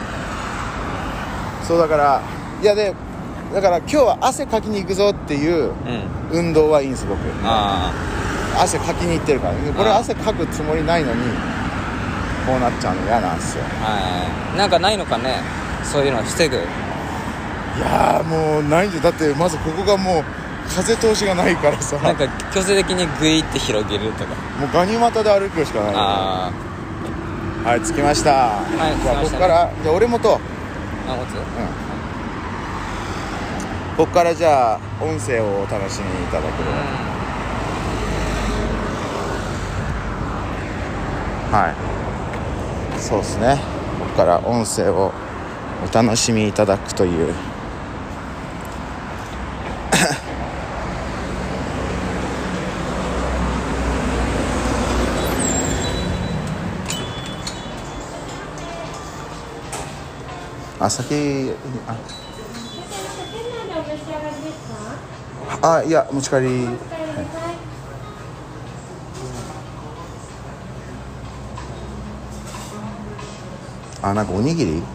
そうだからいやでだから今日は汗かきに行くぞっていう運動はいいんです僕。あ汗かきに行ってるからね。これ汗かくつもりないのにこうなっちゃうの嫌なんですよ。 はいなんかないのかねそういうのを防ぐ。いやーもうないんでだってまずここがもう風通しがないからさなんか強制的にグイって広げるとかもうガニ股で歩くしかない。あはい着きました。はいじゃあここからじゃあ俺もとあ持つうんここからじゃあ音声をお楽しみいただければ、うん、はいそうですねここから音声をお楽しみいただくというあ先ああいや持ち帰り、はい、あなんかおにぎりなんか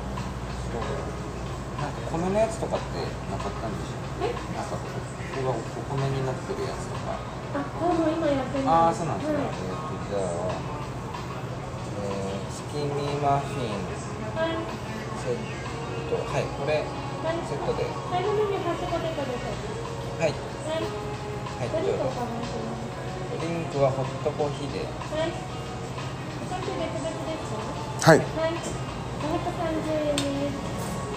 米のやつとかってなかったんでしょう、はい、なんかここがお米になってるやつとかあもう今やってるんです。 あそうなんですね、はい、えー、とじゃあ、えー、月見マフィン、はい、セットはいこれ、はい、セットでサイドメニューハッシュポテトです。 はいはいはい、ドリンクお伺いします。ドリンクはホットコーヒーで。はい。お酒別々ですか？ はい。 はい。ごひゃくさんじゅうえんです。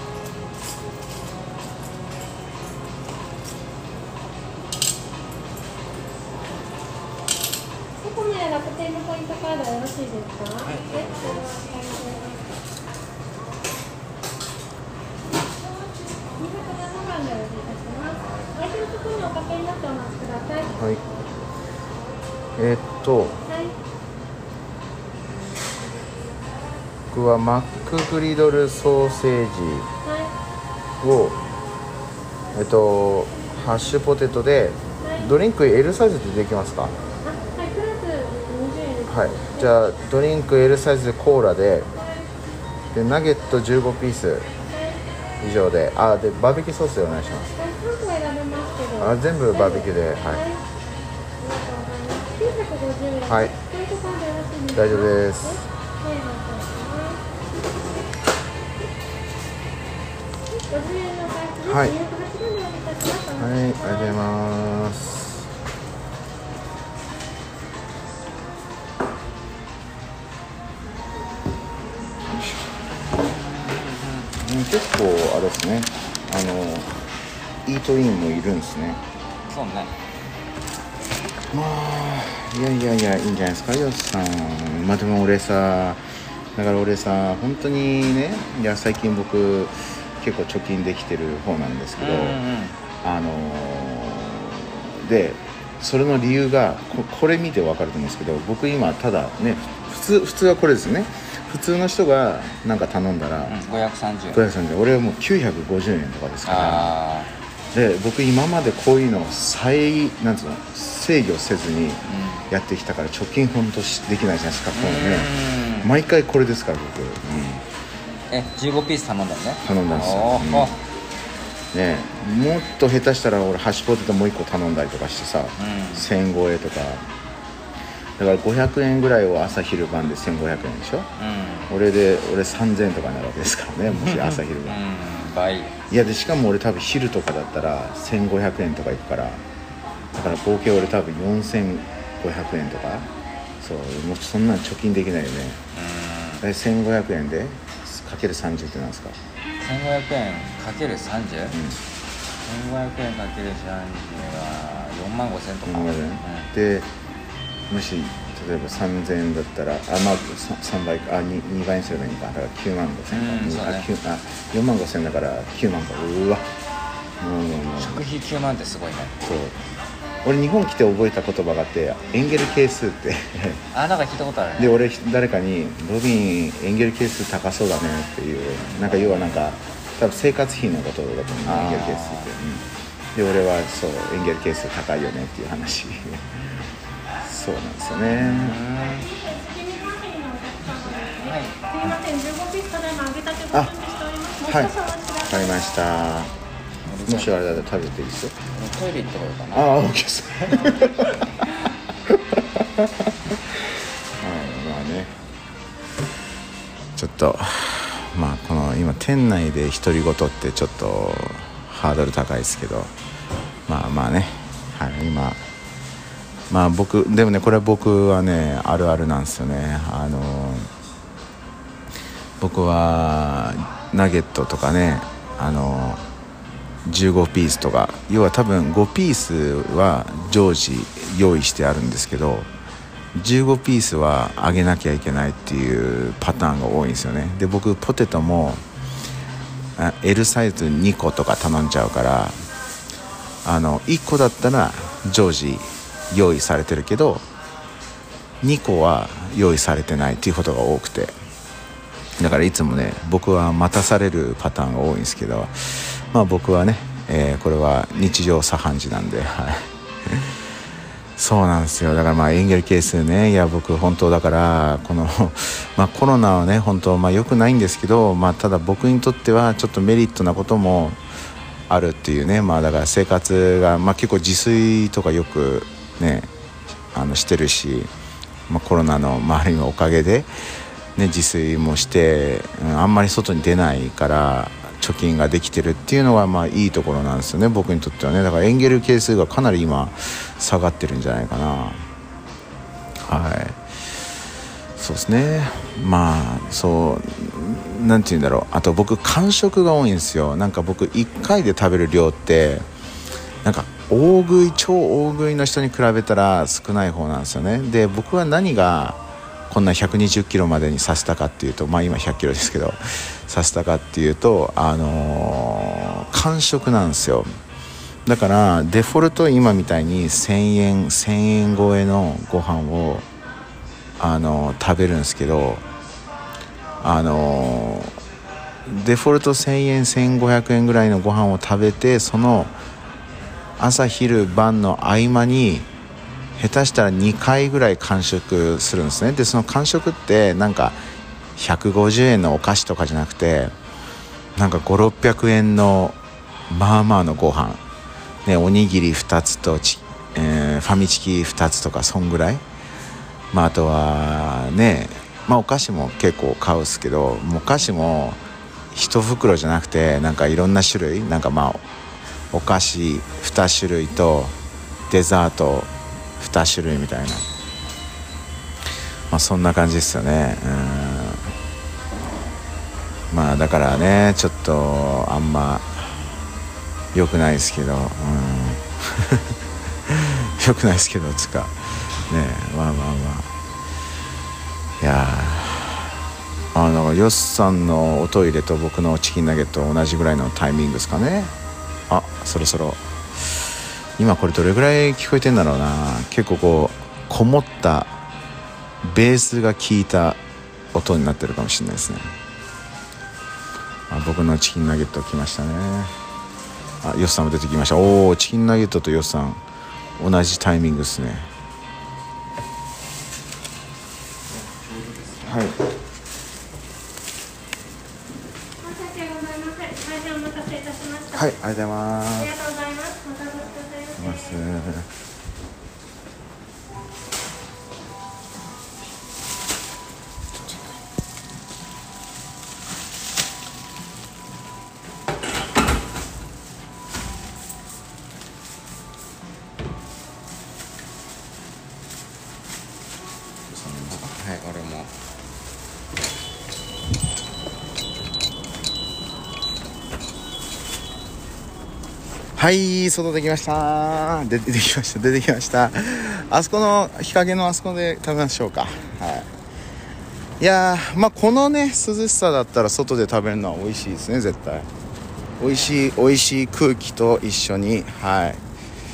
セコムや楽天のポイントカードよろしいですか？はい。はい。これはお願いします。にひゃくななばんでお願いいたします。相手のところにおかけになってお待ちください。 はい。えー、っと、はい、僕はマックグリドルソーセージを、はい、えっとハッシュポテトで、はい、ドリンク L サイズでできますか？あ、はい、プラスにじゅうえんです。はい。じゃあドリンク L サイズでコーラで、はい、でナゲットじゅうごピース以上で、あでバーベキューソースでお願いします。 はい、さんこ選べますけど。 あ全部バーベキューで、はい。はい、大丈夫です。はい、はい、ありがとうございます。結構あれですね、あのイートインもいるんですね。 そうね。 まあいやいやいやいいんじゃないですかヨスさん。まあでも俺さだから俺さ本当にねいや最近僕結構貯金できてる方なんですけど、うんうん、あのー、でそれの理由が こ, これ見て分かると思うんですけど僕今ただね普通普通はこれですね普通の人がなんか頼んだら、うん、 ごひゃくさんじゅうえんごひゃくさんじゅうえん俺はもうきゅうひゃくごじゅうえんとかですからで僕今までこういうのを再なんつうの制御せずにやってきたから貯金ほんとできないじゃないですか。このね毎回これですから僕、うん、 えじゅうごピース頼んだのね。 頼んだんですよ、 おー、 うんね、もっと下手したら俺ハッシュポテトもういっこ頼んだりとかしてさ、 うん、 せん超えとかだからごひゃくえんぐらいを朝昼晩でせんごひゃくえんでしょ、うん、俺で俺さんぜんえんとかになるわけですからね、もし朝昼晩、うん、倍いやでしかも俺多分昼とかだったらせんごひゃくえんとかいくから、だから合計俺多分よんせんごひゃくえんとか、そうもうそんな貯金できないよね、うん、せんごひゃくえんでかけるさんじゅうってなんですか。 せんごひゃくえんかけるさんじゅう、うん、せんごひゃくえんかけるさんじゅうはよんまんごせんとか、うん、 でもし例えばさんぜんえんだったらあまあさんばいかあ 2, にばいにすればいいのか、だからきゅうまんごせんか、うんね、ああよんまんごせんだからきゅうまんか、うわもうもうもう食費きゅうまんってすごいね。 そう俺日本来て覚えた言葉があってエンゲル係数ってあなんか聞いたことあるね。 で俺誰かにロビンエンゲル係数高そうだねっていう、なんか要はなんか多分生活費のことだと思う、エンゲル係数って、うん、で俺はそうエンゲル係数高いよねっていう話そうなんですよね。 はい、すみません、じゅうごピースただいま揚げたてご準備しております。もう少しお待ちください。 わかりました。もしあれだったら食べていいですよ。 トイレ行ってこようかな。 ああ、オッケーです。まあね、ちょっとまあこの今店内で独り言ってちょっとハードル高いですけど、まあまあね、はい、今まあ僕でもねこれは僕はねあるあるなんですよね。あの僕はナゲットとかね、あのじゅうごピースとか、要は多分ごピースは常時用意してあるんですけどじゅうごピースは揚げなきゃいけないっていうパターンが多いんですよね。で僕ポテトも L サイズにことか頼んじゃうから、あのいっこだったら常時用意されてるけどにこは用意されてないっていうことが多くて、だからいつもね僕は待たされるパターンが多いんですけど、まあ僕はね、えー、これは日常茶飯事なんで、はいそうなんですよ。だからまあエンゲル係数ね、いや僕本当だからこのまあコロナはね本当まあ良くないんですけど、まあただ僕にとってはちょっとメリットなこともあるっていうね、まあだから生活がまあ結構自炊とかよくねあのしてるし、まあコロナの周りのおかげでね自炊もして、うん、あんまり外に出ないから貯金ができてるっていうのがまあいいところなんですよね、僕にとってはね。だからエンゲル係数がかなり今下がってるんじゃないかな。はいそうですね。まあそうなんて言うんだろう、あと僕間食が多いんですよ。なんか僕いっかいで食べる量ってなんか大食い超大食いの人に比べたら少ない方なんですよね。で僕は何がこんなひゃくにじゅっキロまでにさせたかっていうと、まあ今ひゃっキロですけどさせたかっていうと、あのー、間食なんですよ。だからデフォルト今みたいにせんえんせんえん超えのご飯をあのー、食べるんですけど、あのー、デフォルトせんえんせんごひゃくえんぐらいのご飯を食べて、その朝昼晩の合間に下手したらにかいぐらい間食するんですね。でその間食ってなんかひゃくごじゅうえんのお菓子とかじゃなくて、なんかごひゃくろっぴゃくえんのまあまあのご飯、ね、おにぎりふたつとチ、えー、ファミチキふたつとかそんぐらい、まあ、あとはね、まあ、お菓子も結構買うっすけど、もうお菓子も一袋じゃなくてなんかいろんな種類、なんかまあお菓子に種類とデザートに種類みたいな、まあそんな感じですよね。うんまあだからねちょっとあんま良くないですけど、うん良くないですけどつかね、まあまあまあ、いやあのヨスさんのおトイレと僕のチキンナゲット同じぐらいのタイミングですかね。あそろそろ今これどれぐらい聞こえてんだろうな。結構こうこもったベースが効いた音になってるかもしれないですね。あ僕のチキンナゲット来ましたね。 あ、ヨスさんも出てきました。おお、チキンナゲットとヨスさん同じタイミングですね。はい。はい、ありがとうございます。 ありがとうございます。またお越しくださいませ。 はい、俺も。 はい、外できました。で出てきました。出てきました。あそこの日陰のあそこで食べましょうか。はい。いやー、まあこのね涼しさだったら外で食べるのは美味しいですね、絶対。美味しい美味しい空気と一緒に、はい。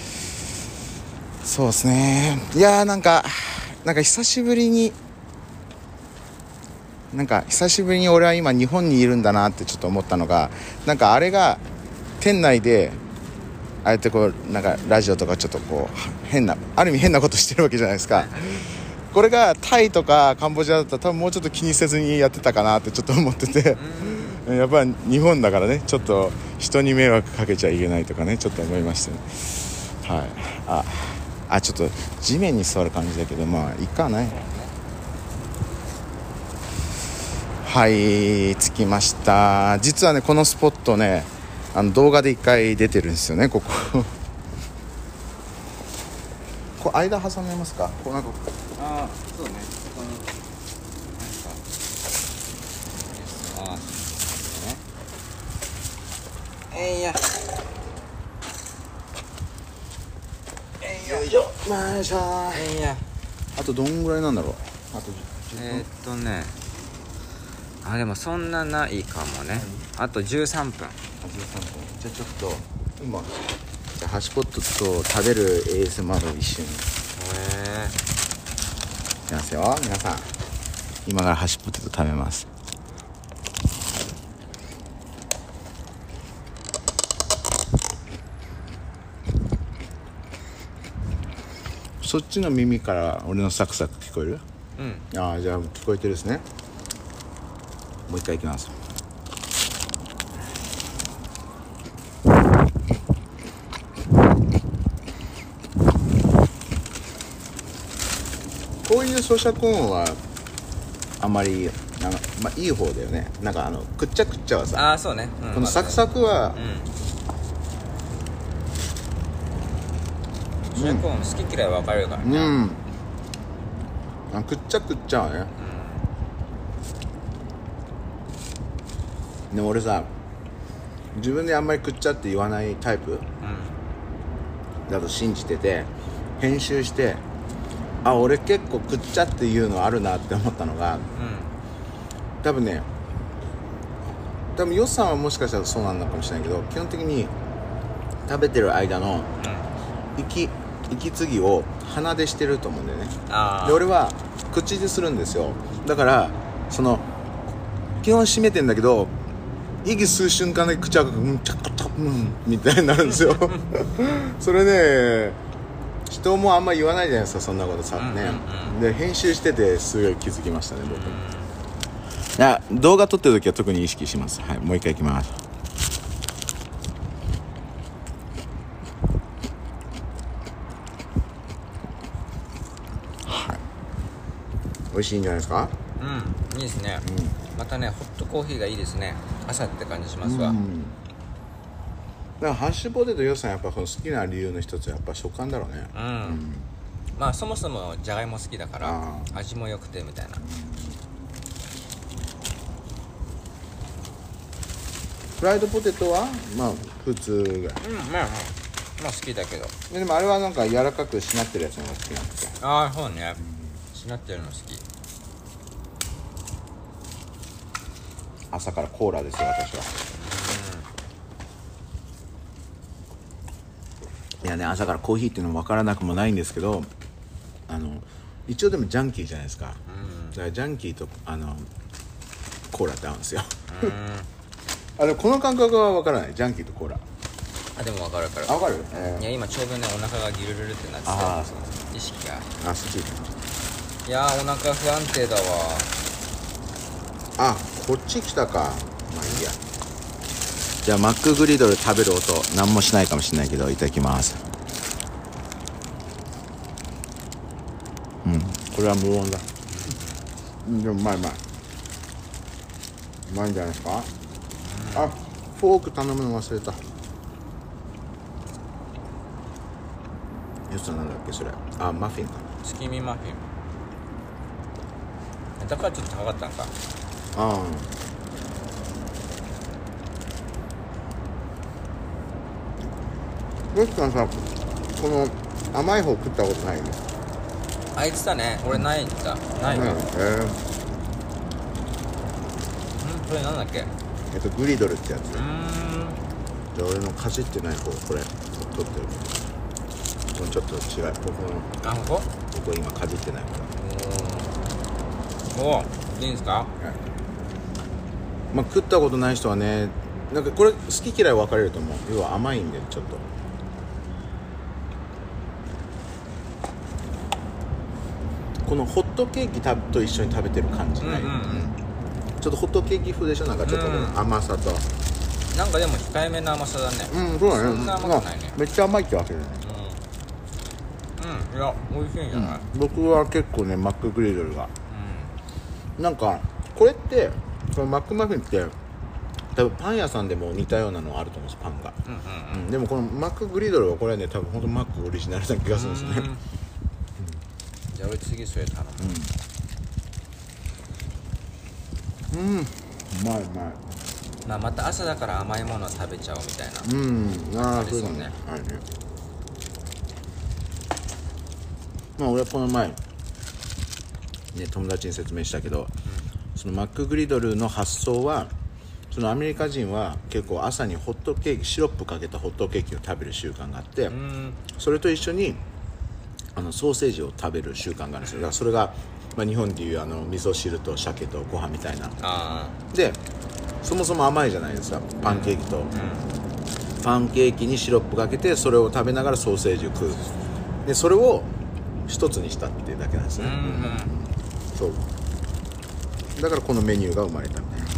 そうですね。いやーなんかなんか久しぶりに。なんか久しぶりに俺は今日本にいるんだなってちょっと思ったのが、なんかあれが店内でああやってこうなんかラジオとかちょっとこう変なある意味変なことしてるわけじゃないですか。これがタイとかカンボジアだったら多分もうちょっと気にせずにやってたかなってちょっと思ってて、やっぱり日本だからね、ちょっと人に迷惑かけちゃいけないとかね、ちょっと思いましたね。はい。ああちょっと地面に座る感じだけど、まあいいかない。はい、着きました。実はねこのスポットね、あの動画で一回出てるんですよね。こここれ間挟めますか。こうなんかああ、そうね。ここになんかああ、そうね。えいや。えいよいしょ。 まあしゃえいや。 あとどんぐらいなんだろう。あとえー、っとね。あ、でもそんなないかもね。あとじゅうさんぷん。 じゅうさんぷん。じゃあちょっと今じゃあハッシュポットと食べる エーエスエムアール を一緒に。 へえ。 いきますよ皆さん。今からハッシュポテト食べます。そっちの耳から俺のサクサク聞こえる？ うん。 ああ、じゃあ聞こえてるですね。もう一回いきます。こういう咀嚼音はあまりなんか、まあ、いい方だよね。なんかあのくっちゃくっちゃはさ、 ああ、そうね。うん、 このサクサクは、 うん。咀嚼音好き嫌い分かれるからね。 うん。あくっちゃくっちゃはね。でも俺さ、自分であんまりくっちゃって言わないタイプ、うん、だと信じてて編集して、あ、俺結構くっちゃっていうのあるなって思ったのが、うん、多分ね多分ヨスさんはもしかしたらそうなんだかもしれないけど、基本的に食べてる間の息息継ぎを鼻でしてると思うんだよね。あで俺は口でするんですよ。だからその基本閉めてんだけど息吸う瞬間で口開くうんちゃかたうんみたいになるんですよそれね人もあんま言わないじゃないですか、そんなことさ、うんうんうん、ねで編集しててすごい気づきましたね僕。いや動画撮ってる時は特に意識します。はい、もう一回いきます。はい、美味しいんじゃないですか。 うん、いいですね、うん、またねホットコーヒーがいいですね、朝って感じしますわ。うん、 だからハッシュポテトヨスさんやっぱこの好きな理由の一つはやっぱ食感だろうね。うん、うん、 まあそもそもじゃがいも好きだから味も良くてみたいな。うん、 フライドポテトはまあ普通ぐらい。うん、まあまあ好きだけど。 でもあれはなんか柔らかくしなってるやつのが好きなんですよ。 ああそうね、うん、しなってるの好き。 朝からコーラですよ私は。うん、いやね朝からコーヒーっていうのも分からなくもないんですけど、あの一応でもジャンキーじゃないですか。うん、だからジャンキーとあのコーラって合うんですよ。うんあでもこの感覚は分からない。ジャンキーとコーラあでも分かる分かる。 あ分かる、えー、 いや今ちょうどねお腹がギュルルルってなってあて意識があ好き。 いやーお腹不安定だわ。 あこっち来たか。まあいいや。じゃあマックグリドル食べる音何もしないかもしれないけどいただきます。うん、これは無音だ。うん、でもうまいうまいうまいんじゃないですか。あフォーク頼むの忘れた。よさなんだっけそれ。あマフィンか。 月見マフィンだからちょっと高かったんか。 ああどうしたんさこの甘い方食ったことないの。 あいつだね俺ないんだないの、うん、 えー、 これなんだっけ。 えっとグリドルってやつ。 うーんじゃあ俺のかじってない方これ取ってる。これちょっと違う。ここのあここここ今かじってないから。 おおいいんですか。 まあ食ったことない人はねなんかこれ好き嫌い分かれると思う。要は甘いんでちょっとこのホットケーキと一緒に食べてる感じない、 うんうんうん、 ちょっとホットケーキ風でしょ。なんかちょっと甘さと、 なんかでも控えめな甘さだね。 うんそうだね。 そんな甘くないね、 めっちゃ甘いってわけだね。 うん、うん、いや美味しいんじゃない、 うん、僕は結構ねマックグリドルが、うん、なんかこれってこのマックマフィンって多分パン屋さんでも似たようなのあると思うんですパンが、うんうんうんうん、でもこのマックグリドルはこれはね多分本当マックオリジナルな気がするんですね。うん、 じゃあ俺次それ頼む。 うん、うん、うまいうまい。 まあまた朝だから甘いもの食べちゃおうみたいな。 うんああそうだね。はいね。まあ俺はこの前ね友達に説明したけど、うん、そのマックグリドルの発想はそのアメリカ人は結構朝にホットケーキシロップかけたホットケーキを食べる習慣があって、うん、それと一緒にあのソーセージを食べる習慣があるんですよ。だからそれが、まあ、日本でいうあの味噌汁と鮭とご飯みたいな。あでそもそも甘いじゃないですかパンケーキと、うん、パンケーキにシロップかけてそれを食べながらソーセージを食う。でそれを一つにしたっていうだけなんですね、うんうん、そうだからこのメニューが生まれたみたいな。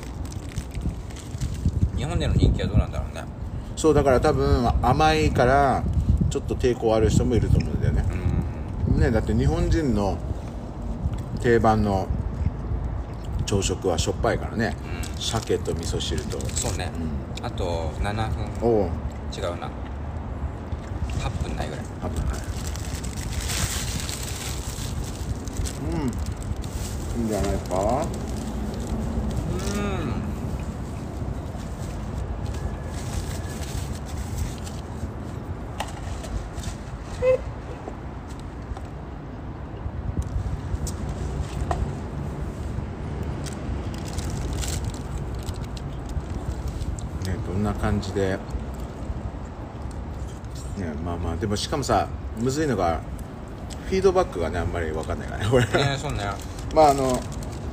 日本での人気はどうなんだろうね。 そうだから多分甘いからちょっと抵抗ある人もいると思うんだよね、うん、ねだって日本人の定番の朝食はしょっぱいからね、うん、鮭と味噌汁とそうね、うん、あとななふんお違うなはっぷんないぐらいはっぷんはいうんいいんじゃないか。 うんねどんな感じでねまあまあでもしかもさむずいのがフィードバックがねあんまり分かんないからねこれねそうねまああの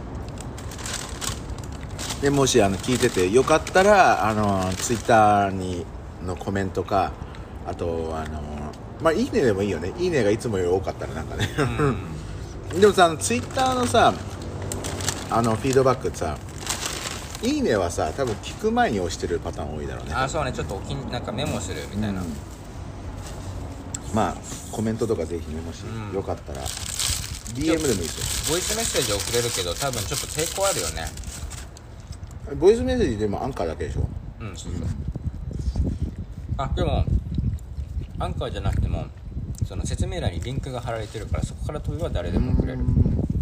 でもしあの聞いててよかったらあのツイッターにのコメントかあとあのまあいいねでもいいよね。いいねがいつもより多かったらなんかね、うん、でもさツイッターのさあのフィードバックってさいいねはさ多分聞く前に押してるパターン多いだろうね。 あそうねちょっとおきなんかメモするみたいな、うん、 まあコメントとかぜひねもしよかったら、うん、ディーエム でもいいですよ。ボイスメッセージ送れるけど多分ちょっと抵抗あるよね。 ボイスメッセージでもアンカーだけでしょ。 うんそうそう、うん、あでもアンカーじゃなくてもその説明欄にリンクが貼られてるからそこから飛べば誰でも送れる。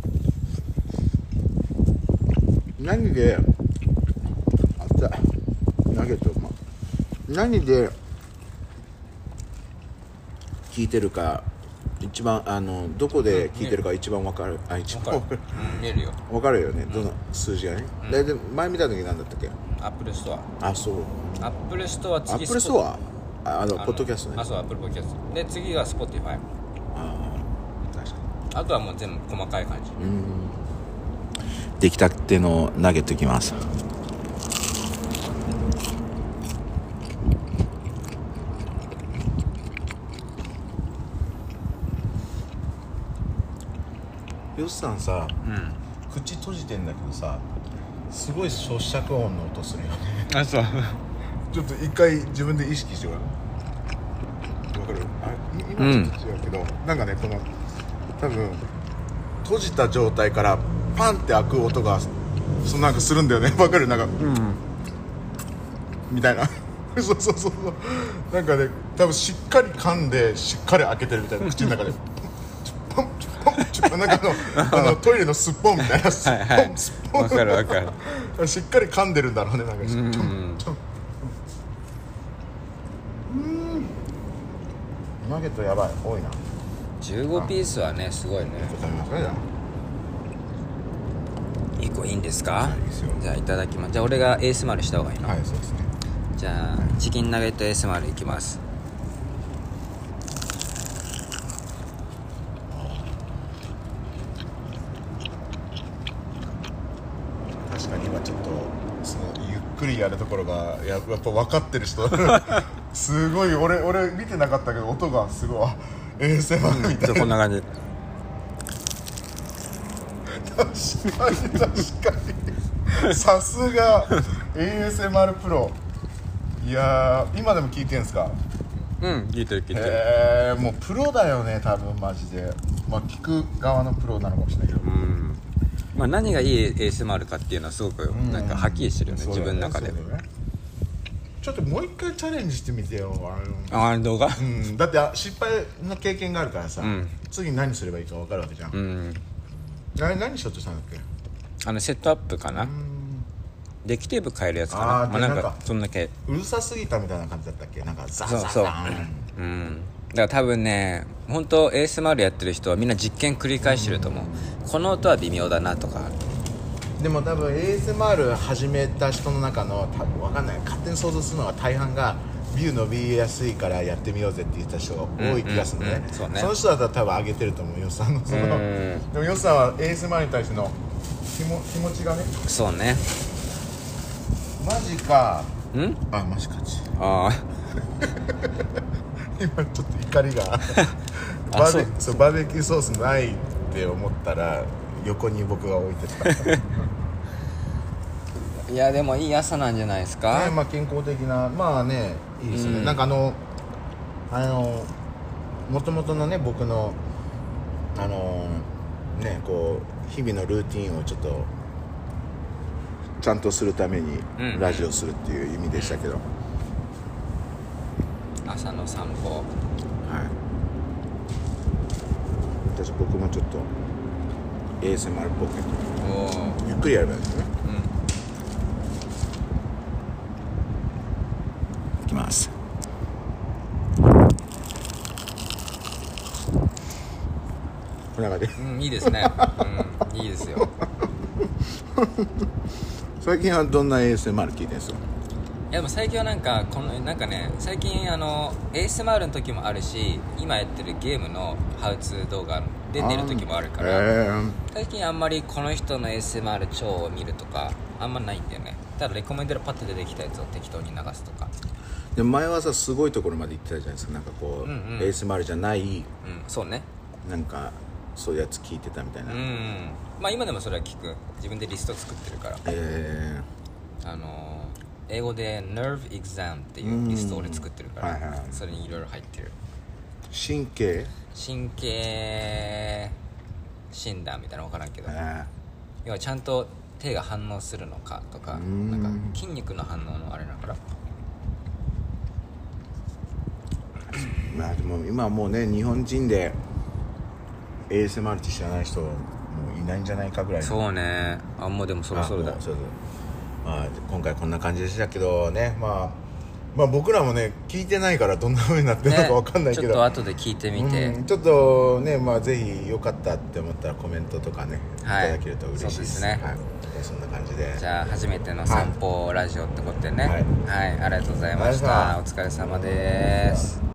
何であったナゲット、ま、何で聞いてるか一番あのどこで聞いてるか一番分かる、うん、あ一番分かる、 うん、見えるよ分かるよね、うん、どの数字がね、うん、だいたい前見た時何だったっけ。 アップルストア。 あそうアップルストア次アップルストアあのポッドキャストね。 あそうアップルポッドキャストで次がスポティファイ。ああ確かにあとはもう全部細かい感じ。うん出来たてのナゲットいきます。 よっさんさうん口閉じてんだけどさすごい咀嚼音の音するよねあそうちょっと一回自分で意識してごらんわかるあ今ちょっと違うけど、うん、なんかねこの多分閉じた状態からパンって開く音がそなんかするんだよねわかるなんか、うん、みたいなそうそうそうなんかね多分しっかり噛んでしっかり開けてるみたいな口の中でポンポンポンなんかあのあのトイレのスッポンみたいなスッポン、はいはい、スッポンわかるわかるしっかり噛んでるんだろうねなんかちょんちょんちょんうんナゲットやばい多いなじゅうごピースはねすごいね食べますかじゃあいっこいいんですか、 はい、いいですよじゃあいただきますじゃあ俺がエースマルした方がいいのはいそうですねじゃあチキンナゲットエースマルいきます確かに今ちょっとそのゆっくりやるところがやっぱ分かってる人すごい俺俺見てなかったけど音がすごい エーエスエムアール みたいな、 うん、こんな感じ確かに確かにさすが エーエスエムアール プロいやー今でも聞いてんすかうん聞いてる聞いてるへえもうプロだよね多分マジでまあ聞く側のプロなのかもしれないけどうんまあ何がいい エーエスエムアール かっていうのはすごくなんかはっきりしてるよね、うん、自分の中で、ねね、 ちょっともう一回チャレンジしてみてよああ動画、 うん、だって失敗の経験があるからさ、うん、次何すればいいか分かるわけじゃん、うん、あれ何しようとしたんだっけあのセットアップかな、うんデキテーブ変えるやつかなあ、まあ、なんかそんだけうるさすぎたみたいな感じだったっけなんかザザザそうそう、うん、だから多分ね本当 エーエスエムアール やってる人はみんな実験繰り返してると思う、うん、この音は微妙だなとかでも多分 エーエスエムアール 始めた人の中の多分分かんない勝手に想像するのは大半がビュー伸びやすいからやってみようぜって言った人が多い気がするのね、うんうんうん そ, ねその人だったら多分上げてると思うよっさんのその、うん、でもよっさんは エーエスエムアール に対しての気も気持ちがねそうねマジかんあマジかちあ今ちょっと怒りがバーベそうバーベキューソースないって思ったら横に僕が置いてたいやでもいい朝なんじゃないですか、 ねまあ、健康的なまあねいいですね、うん、なんかあのあの元々のね僕のあのねこう日々のルーティンをちょっとちゃんとするためにラジオするっていう意味でしたけど、うんうん、朝の散歩はい私僕もちょっと エーエスエムアール っぽくゆっくりやればいいですね、うん、いきますこんな感じ、 うん、いいですね、うん、いいですよ最近はどんな エーエスエムアール 聞いてるんですか？ いやでも最近はなんかこのなんかね最近あの エーエスエムアール の時もあるし今やってるゲームのハウツー動画で寝る時もあるから最近あんまりこの人の エーエスエムアール 超を見るとかあんまないんだよね。ただレコメンドでパッと出てきたやつを適当に流すとか。 でも前はさすごいところまで行ってたじゃないですか。なんかこう、うんうん、エーエスエムアール じゃない、うん、 そうねなんかそういうやつ聞いてたみたいな、うんうん、 まあ今でもそれは聞く自分でリスト作ってるから、えー、あの英語で Nerve Exam っていうリストを俺作ってるから、はいはい、それにいろいろ入ってる。 神経神経診断みたいなの分からんけど、要はちゃんと手が反応するのかとか、なんか筋肉の反応のあれだから。 まあでも今はもうね日本人で エーエスエムアール って知らない人もういないんじゃないかぐらいの。 そうねあんまでもそろそろだ。そうそう、 まあ、今回こんな感じでしたけどね、まあ、まあ僕らもね聞いてないからどんな風になってるのか分かんないけど、ね、 ちょっと後で聞いてみて、 うん、ちょっとね、まあ、ぜひよかったって思ったらコメントとかね、はい、いただけると嬉しいです。そうですね、はい、そんな感じでじゃあ初めての散歩ラジオってことでね、はい、はい、ありがとうございました。お疲れ様です。